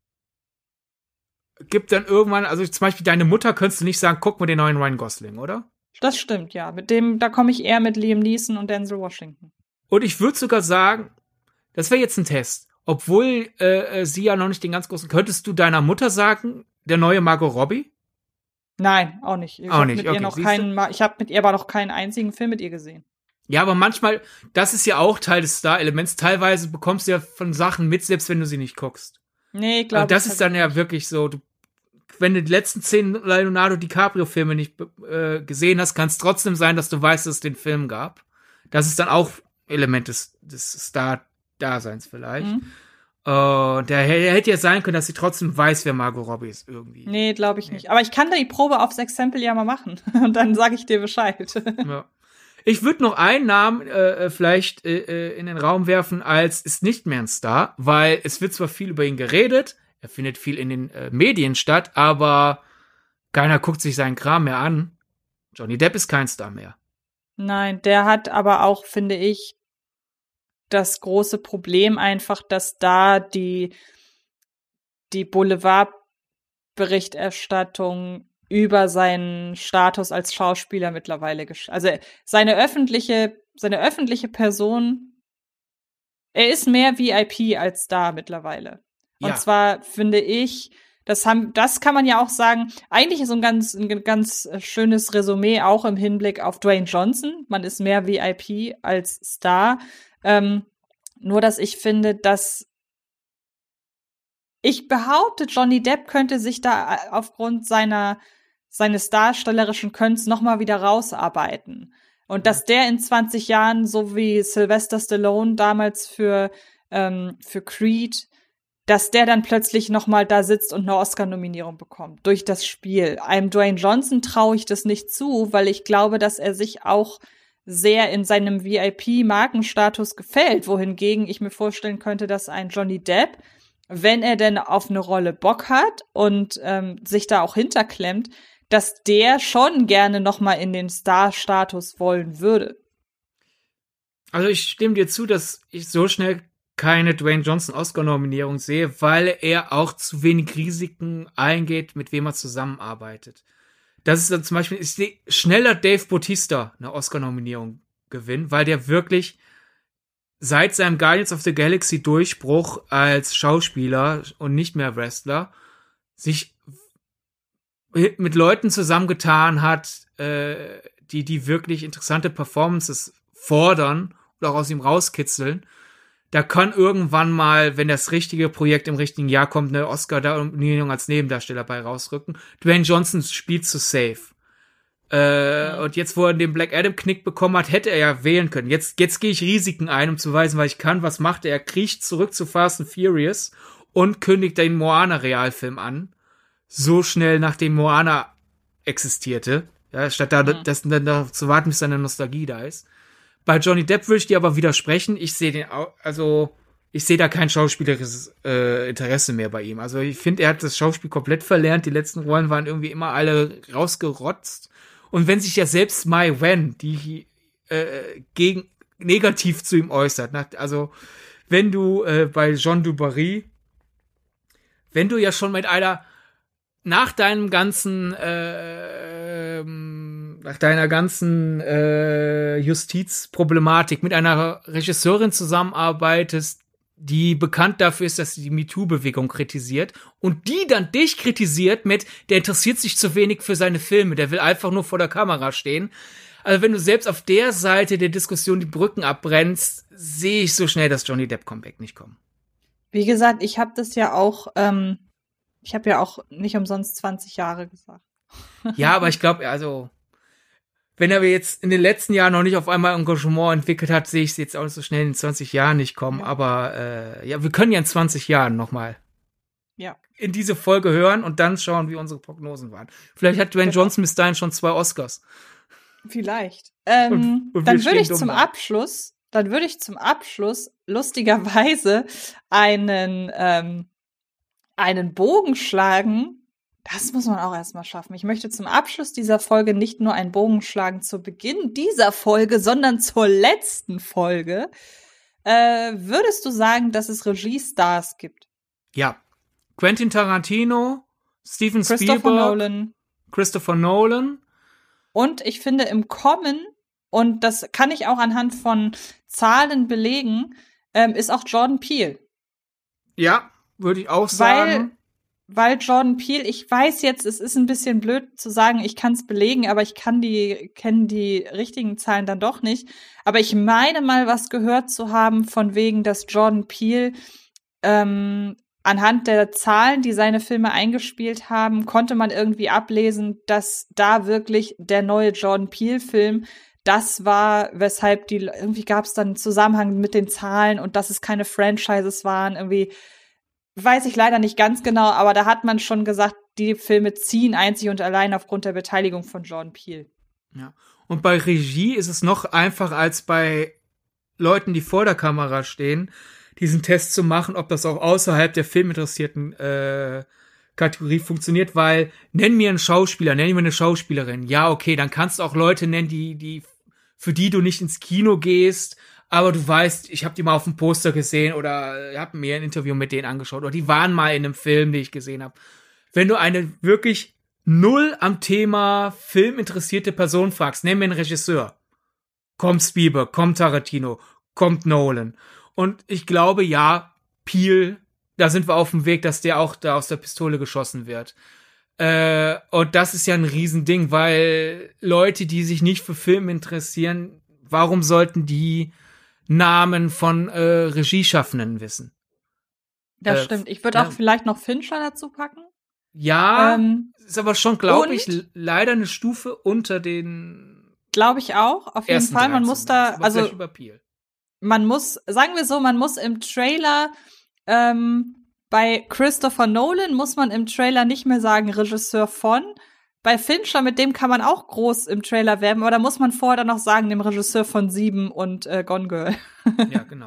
Gibt dann irgendwann, also zum Beispiel deine Mutter könntest du nicht sagen, guck mal den neuen Ryan Gosling, oder? Das stimmt, ja. Da komme ich eher mit Liam Neeson und Denzel Washington. Und ich würde sogar sagen, das wäre jetzt ein Test. Obwohl sie ja noch nicht den ganz großen, könntest du deiner Mutter sagen, der neue Margot Robbie? Nein, auch nicht. Ich habe mit ihr aber noch keinen einzigen Film mit ihr gesehen. Ja, aber manchmal, das ist ja auch Teil des Star-Elements. Teilweise bekommst du ja von Sachen mit, selbst wenn du sie nicht guckst. Nee, glaube ich. Das ist dann ja wirklich so, wenn du die letzten 10 Leonardo DiCaprio-Filme nicht gesehen hast, kann es trotzdem sein, dass du weißt, dass es den Film gab. Das ist dann auch Element des Star-Daseins vielleicht. Der hätte ja sein können, dass sie trotzdem weiß, wer Margot Robbie ist irgendwie. Nee, glaube ich nicht. Aber ich kann da die Probe aufs Exempel ja mal machen. Und dann sage ich dir Bescheid. Ja. Ich würde noch einen Namen vielleicht in den Raum werfen als ist nicht mehr ein Star, weil es wird zwar viel über ihn geredet, er findet viel in den Medien statt, aber keiner guckt sich seinen Kram mehr an. Johnny Depp ist kein Star mehr. Nein, der hat aber auch, finde ich, das große Problem einfach, dass da die Boulevardberichterstattung über seinen Status als Schauspieler mittlerweile also seine öffentliche Person, er ist mehr VIP als Star mittlerweile. Ja. Und zwar finde ich, das kann man ja auch sagen, eigentlich ist so ein ganz schönes Resümee auch im Hinblick auf Dwayne Johnson. Man ist mehr VIP als Star. Nur, dass ich finde, dass ich behaupte, Johnny Depp könnte sich da aufgrund seines darstellerischen Könnens noch mal wieder rausarbeiten. Und dass der in 20 Jahren, so wie Sylvester Stallone damals für Creed, dass der dann plötzlich noch mal da sitzt und eine Oscar-Nominierung bekommt durch das Spiel. Einem Dwayne Johnson traue ich das nicht zu, weil ich glaube, dass er sich auch sehr in seinem VIP-Markenstatus gefällt, wohingegen ich mir vorstellen könnte, dass ein Johnny Depp, wenn er denn auf eine Rolle Bock hat und sich da auch hinterklemmt, dass der schon gerne noch mal in den Star-Status wollen würde. Also ich stimme dir zu, dass ich so schnell keine Dwayne Johnson Oscar-Nominierung sehe, weil er auch zu wenig Risiken eingeht, mit wem er zusammenarbeitet. Das ist dann zum Beispiel, ich sehe schneller Dave Bautista eine Oscar-Nominierung gewinnen, weil der wirklich seit seinem Guardians of the Galaxy Durchbruch als Schauspieler und nicht mehr Wrestler sich mit Leuten zusammengetan hat, die wirklich interessante Performances fordern oder auch aus ihm rauskitzeln. Da kann irgendwann mal, wenn das richtige Projekt im richtigen Jahr kommt, eine Oscar-Nominierung als Nebendarsteller bei rausrücken. Dwayne Johnson spielt zu safe. Und jetzt, wo er den Black Adam-Knick bekommen hat, hätte er ja wählen können. Jetzt gehe ich Risiken ein, um zu weisen, weil ich kann. Was macht er? Er kriecht zurück zu Fast and Furious und kündigt den Moana-Realfilm an. So schnell, nachdem Moana existierte. Ja, statt da zu warten, bis seine Nostalgie da ist. Bei Johnny Depp würde ich dir aber widersprechen. Ich sehe da kein schauspielerisches Interesse mehr bei ihm. Also ich finde, er hat das Schauspiel komplett verlernt. Die letzten Rollen waren irgendwie immer alle rausgerotzt. Und wenn sich ja selbst Mai Wen, die negativ zu ihm äußert, also wenn du bei Jean du Barry, wenn du ja schon mit einer nach deiner ganzen Justizproblematik mit einer Regisseurin zusammenarbeitest, die bekannt dafür ist, dass sie die MeToo-Bewegung kritisiert und die dann dich kritisiert mit, der interessiert sich zu wenig für seine Filme, der will einfach nur vor der Kamera stehen. Also wenn du selbst auf der Seite der Diskussion die Brücken abbrennst, sehe ich so schnell das Johnny Depp Comeback nicht kommen. Wie gesagt, ich habe ja auch nicht umsonst 20 Jahre gesagt. Ja, aber ich glaube, also wenn er jetzt in den letzten Jahren noch nicht auf einmal Engagement entwickelt hat, sehe ich es jetzt auch so schnell in 20 Jahren nicht kommen. Ja. Aber wir können ja in 20 Jahren nochmal in diese Folge hören und dann schauen, wie unsere Prognosen waren. Vielleicht hat Dwayne Johnson bis dahin schon 2 Oscars. Vielleicht. Dann würde ich zum Abschluss lustigerweise einen Bogen schlagen. Das muss man auch erstmal schaffen. Ich möchte zum Abschluss dieser Folge nicht nur einen Bogen schlagen zu Beginn dieser Folge, sondern zur letzten Folge. Würdest du sagen, dass es Regiestars gibt? Ja. Quentin Tarantino, Steven Spielberg, Christopher Nolan. Und ich finde im Kommen, und das kann ich auch anhand von Zahlen belegen, ist auch Jordan Peele. Ja, würde ich auch sagen. Weil Jordan Peele, ich weiß jetzt, es ist ein bisschen blöd zu sagen, ich kann es belegen, aber ich kenne die richtigen Zahlen dann doch nicht. Aber ich meine mal was gehört zu haben von wegen, dass Jordan Peele anhand der Zahlen, die seine Filme eingespielt haben, konnte man irgendwie ablesen, dass da wirklich der neue Jordan Peele-Film das war, weshalb irgendwie gab es dann einen Zusammenhang mit den Zahlen und dass es keine Franchises waren, irgendwie weiß ich leider nicht ganz genau, aber da hat man schon gesagt, die Filme ziehen einzig und allein aufgrund der Beteiligung von Jordan Peele. Ja. Und bei Regie ist es noch einfacher als bei Leuten, die vor der Kamera stehen, diesen Test zu machen, ob das auch außerhalb der filminteressierten Kategorie funktioniert, weil nenn mir einen Schauspieler, nenn mir eine Schauspielerin. Ja, okay, dann kannst du auch Leute nennen, für die du nicht ins Kino gehst, aber du weißt, ich habe die mal auf dem Poster gesehen oder habe mir ein Interview mit denen angeschaut oder die waren mal in einem Film, den ich gesehen habe. Wenn du eine wirklich null am Thema Film interessierte Person fragst, nenn mir einen Regisseur. Kommt Spielberg, kommt Tarantino, kommt Nolan. Und ich glaube, ja, Peele, da sind wir auf dem Weg, dass der auch da aus der Pistole geschossen wird. Und das ist ja ein Riesending, weil Leute, die sich nicht für Film interessieren, warum sollten die Namen von Regieschaffenden wissen? Das stimmt. Ich würde auch vielleicht noch Fincher dazu packen. Ja, ist aber schon, glaube ich, leider eine Stufe unter den. Glaube ich auch. Auf jeden Fall. Man muss da, also über Peele. Man muss, sagen wir so, man muss im Trailer Bei Christopher Nolan muss man im Trailer nicht mehr sagen Regisseur von. Bei Fincher, mit dem kann man auch groß im Trailer werben, aber da muss man vorher dann noch sagen, dem Regisseur von 7 und Gone Girl. Ja, genau.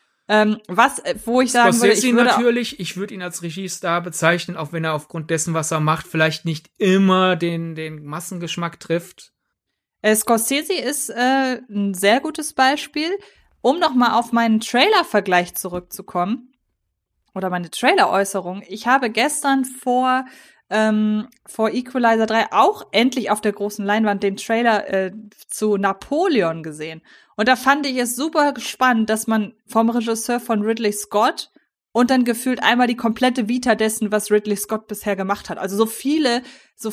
Wo ich sagen würde, ich würde ihn als Regiestar bezeichnen, auch wenn er aufgrund dessen, was er macht, vielleicht nicht immer den Massengeschmack trifft. Scorsese ist ein sehr gutes Beispiel. Um noch mal auf meinen Trailer-Vergleich zurückzukommen, oder meine Trailer-Äußerung. Ich habe gestern vor Equalizer 3 auch endlich auf der großen Leinwand den Trailer zu Napoleon gesehen. Und da fand ich es super spannend, dass man vom Regisseur von Ridley Scott und dann gefühlt einmal die komplette Vita dessen, was Ridley Scott bisher gemacht hat. Also so viele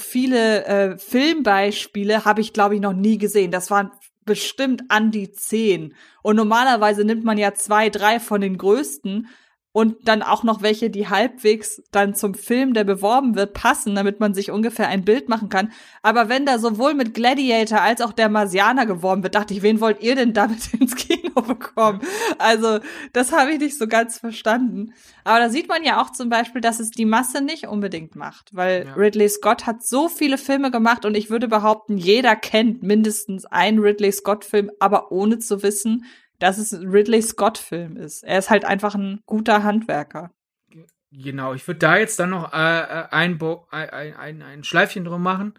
Filmbeispiele habe ich, glaube ich, noch nie gesehen. Das waren bestimmt an die 10. Und normalerweise nimmt man ja 2, 3 von den größten und dann auch noch welche, die halbwegs dann zum Film, der beworben wird, passen, damit man sich ungefähr ein Bild machen kann. Aber wenn da sowohl mit Gladiator als auch der Marsianer geworben wird, dachte ich, wen wollt ihr denn damit ins Kino bekommen? Also, das habe ich nicht so ganz verstanden. Aber da sieht man ja auch zum Beispiel, dass es die Masse nicht unbedingt macht, weil Ridley Scott hat so viele Filme gemacht und ich würde behaupten, jeder kennt mindestens einen Ridley Scott-Film, aber ohne zu wissen, dass es ein Ridley Scott-Film ist. Er ist halt einfach ein guter Handwerker. Genau, ich würde da jetzt dann noch ein Schleifchen drum machen.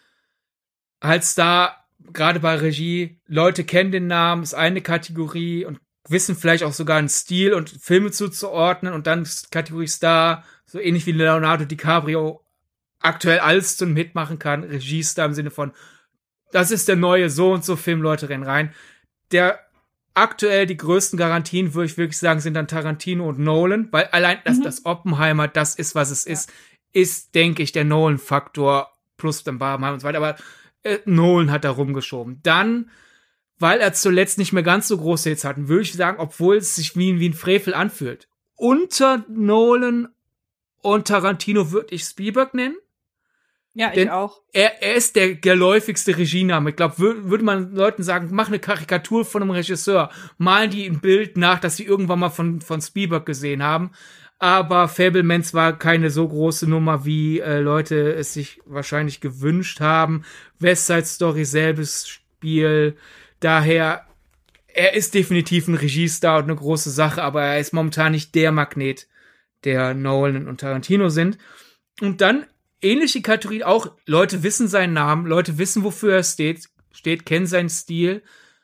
Als da, gerade bei Regie, Leute kennen den Namen, ist eine Kategorie und wissen vielleicht auch sogar einen Stil und Filme zuzuordnen und dann Kategorie Star, so ähnlich wie Leonardo DiCaprio aktuell alles zum Hit machen kann. Regiestar im Sinne von, das ist der neue so und so Film, Leute rennen rein. Der aktuell die größten Garantien, würde ich wirklich sagen, sind dann Tarantino und Nolan, weil allein, dass das Oppenheimer das ist, was es ist, denke ich, der Nolan-Faktor plus dann Barbenheimer und so weiter, aber Nolan hat da rumgeschoben. Dann, weil er zuletzt nicht mehr ganz so große Hits hatten, würde ich sagen, obwohl es sich wie ein Frevel anfühlt. Unter Nolan und Tarantino würde ich Spielberg nennen. Ja, ich auch. Er ist der geläufigste Regiename. Ich glaube, würde man Leuten sagen, mach eine Karikatur von einem Regisseur, malen die ein Bild nach, das sie irgendwann mal von Spielberg gesehen haben. Aber Fabelmans war keine so große Nummer, wie Leute es sich wahrscheinlich gewünscht haben. West Side Story, selbes Spiel. Daher, er ist definitiv ein Regiestar und eine große Sache, aber er ist momentan nicht der Magnet, der Nolan und Tarantino sind. Und dann ähnliche Kategorie auch, Leute wissen seinen Namen, Leute wissen, wofür er steht, kennen seinen Stil.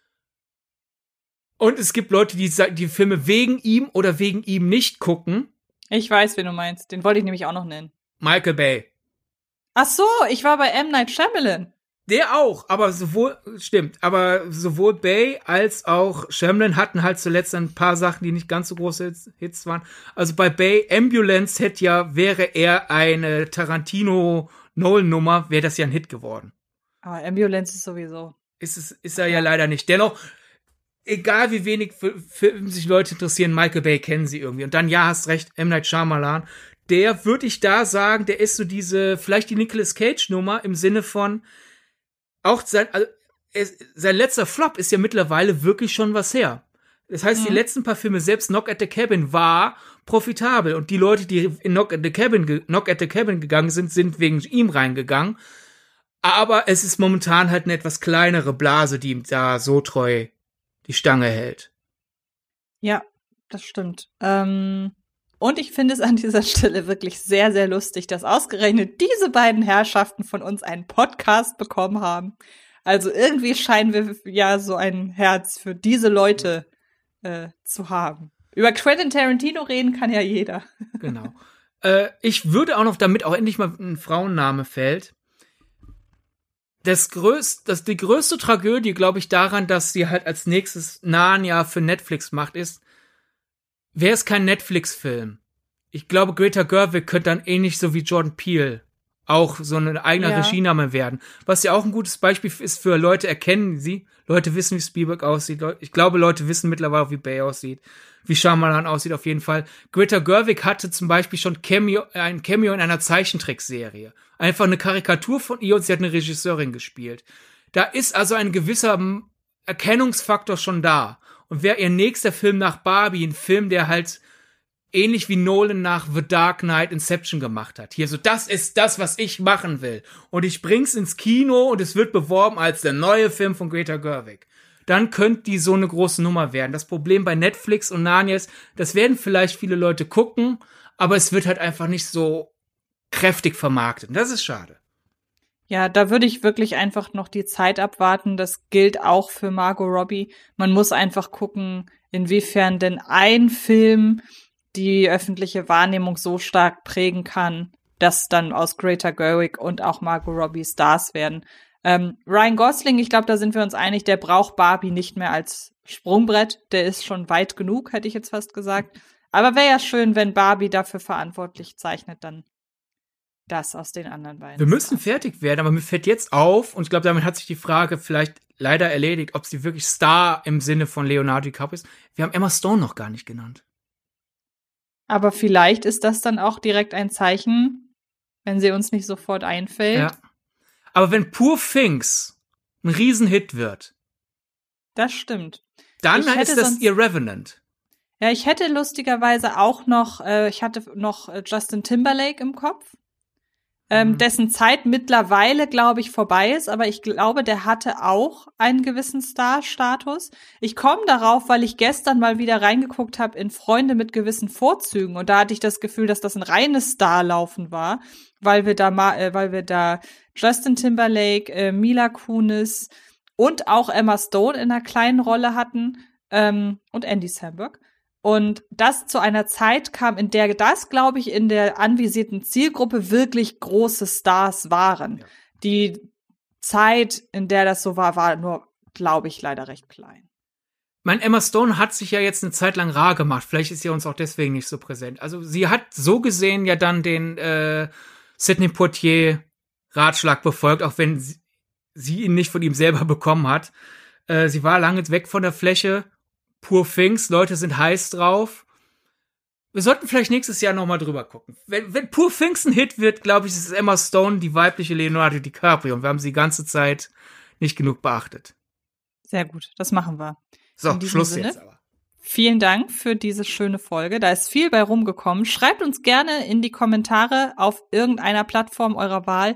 Und es gibt Leute, die Filme wegen ihm oder wegen ihm nicht gucken. Ich weiß, wen du meinst. Den wollte ich nämlich auch noch nennen. Michael Bay. Ach so, ich war bei M. Night Shyamalan. Der auch, aber sowohl Bay als auch Shyamalan hatten halt zuletzt ein paar Sachen, die nicht ganz so große Hits waren. Also bei Bay, Ambulance wäre er eine Tarantino-Nolan-Nummer, wäre das ja ein Hit geworden. Aber Ambulance ist sowieso. Ist er ja leider nicht. Dennoch, egal wie wenig Filme sich Leute interessieren, Michael Bay kennen sie irgendwie. Und dann, ja, hast recht, M. Night Shyamalan, der würde ich da sagen, der ist so vielleicht die Nicolas Cage-Nummer im Sinne von, auch sein letzter Flop ist ja mittlerweile wirklich schon was her. Das heißt, die letzten paar Filme, selbst Knock at the Cabin, war profitabel. Und die Leute, die in Knock at the Cabin gegangen sind wegen ihm reingegangen. Aber es ist momentan halt eine etwas kleinere Blase, die ihm da so treu die Stange hält. Ja, das stimmt. Und ich finde es an dieser Stelle wirklich sehr, sehr lustig, dass ausgerechnet diese beiden Herrschaften von uns einen Podcast bekommen haben. Also irgendwie scheinen wir ja so ein Herz für diese Leute zu haben. Über Quentin Tarantino reden kann ja jeder. Genau. Ich würde auch noch, damit auch endlich mal ein Frauenname fällt, die größte Tragödie, glaube ich, daran, dass sie halt als nächstes Narnia für Netflix macht, ist, wäre es kein Netflix-Film. Ich glaube, Greta Gerwig könnte dann ähnlich so wie Jordan Peele auch so ein eigener Regiename werden. Was ja auch ein gutes Beispiel ist für Leute, erkennen sie. Leute wissen, wie Spielberg aussieht. Ich glaube, Leute wissen mittlerweile auch, wie Bay aussieht. Wie Shyamalan aussieht auf jeden Fall. Greta Gerwig hatte zum Beispiel schon ein Cameo in einer Zeichentrickserie. Einfach eine Karikatur von ihr und sie hat eine Regisseurin gespielt. Da ist also ein gewisser Erkennungsfaktor schon da. Und wäre ihr nächster Film nach Barbie ein Film, der halt ähnlich wie Nolan nach The Dark Knight Inception gemacht hat. Hier so, das ist das, was ich machen will. Und ich bring's ins Kino und es wird beworben als der neue Film von Greta Gerwig. Dann könnte die so eine große Nummer werden. Das Problem bei Netflix und Narnia ist, das werden vielleicht viele Leute gucken, aber es wird halt einfach nicht so kräftig vermarktet. Und das ist schade. Ja, da würde ich wirklich einfach noch die Zeit abwarten. Das gilt auch für Margot Robbie. Man muss einfach gucken, inwiefern denn ein Film die öffentliche Wahrnehmung so stark prägen kann, dass dann aus Greta Gerwig und auch Margot Robbie Stars werden. Ryan Gosling, ich glaube, da sind wir uns einig, der braucht Barbie nicht mehr als Sprungbrett. Der ist schon weit genug, hätte ich jetzt fast gesagt. Aber wäre ja schön, wenn Barbie dafür verantwortlich zeichnet, dann das aus den anderen beiden. Wir müssen fertig werden, aber mir fällt jetzt auf, und ich glaube, damit hat sich die Frage vielleicht leider erledigt, ob sie wirklich Star im Sinne von Leonardo DiCaprio ist. Wir haben Emma Stone noch gar nicht genannt. Aber vielleicht ist das dann auch direkt ein Zeichen, wenn sie uns nicht sofort einfällt. Ja. Aber wenn Poor Things ein Riesenhit wird. Das stimmt. Dann ist das ihr Revenant. Ja, ich hätte lustigerweise auch noch, Justin Timberlake im Kopf. Dessen Zeit mittlerweile, glaube ich, vorbei ist, aber ich glaube, der hatte auch einen gewissen Star-Status. Ich komme darauf, weil ich gestern mal wieder reingeguckt habe in Freunde mit gewissen Vorzügen und da hatte ich das Gefühl, dass das ein reines Starlaufen war, weil wir da Justin Timberlake, Mila Kunis und auch Emma Stone in einer kleinen Rolle hatten und Andy Samberg. Und das zu einer Zeit kam, in der das, glaube ich, in der anvisierten Zielgruppe wirklich große Stars waren. Ja. Die Zeit, in der das so war nur, glaube ich, leider recht klein. Emma Stone hat sich ja jetzt eine Zeit lang rar gemacht. Vielleicht ist sie uns auch deswegen nicht so präsent. Also sie hat so gesehen ja dann den Sidney Poitier Ratschlag befolgt, auch wenn sie ihn nicht von ihm selber bekommen hat. Sie war lange weg von der Fläche. Poor Things, Leute sind heiß drauf. Wir sollten vielleicht nächstes Jahr noch mal drüber gucken. Wenn Poor Things ein Hit wird, glaube ich, ist Emma Stone die weibliche Leonardo DiCaprio. Und wir haben sie die ganze Zeit nicht genug beachtet. Sehr gut, das machen wir. So, Schluss Sinne. Jetzt aber. Vielen Dank für diese schöne Folge. Da ist viel bei rumgekommen. Schreibt uns gerne in die Kommentare auf irgendeiner Plattform eurer Wahl,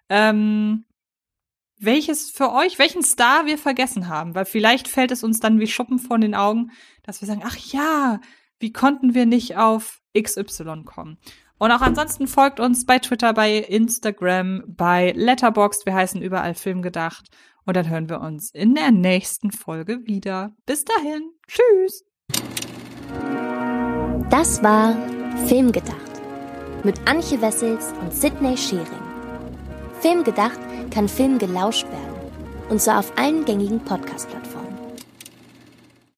welchen Star wir vergessen haben, weil vielleicht fällt es uns dann wie Schuppen von den Augen, dass wir sagen, ach ja, wie konnten wir nicht auf XY kommen? Und auch ansonsten folgt uns bei Twitter, bei Instagram, bei Letterboxd, wir heißen überall Filmgedacht und dann hören wir uns in der nächsten Folge wieder. Bis dahin, tschüss! Das war Filmgedacht mit Antje Wessels und Sidney Schering. Filmgedacht kann Film gelauscht werden, und zwar auf allen gängigen Podcast-Plattformen.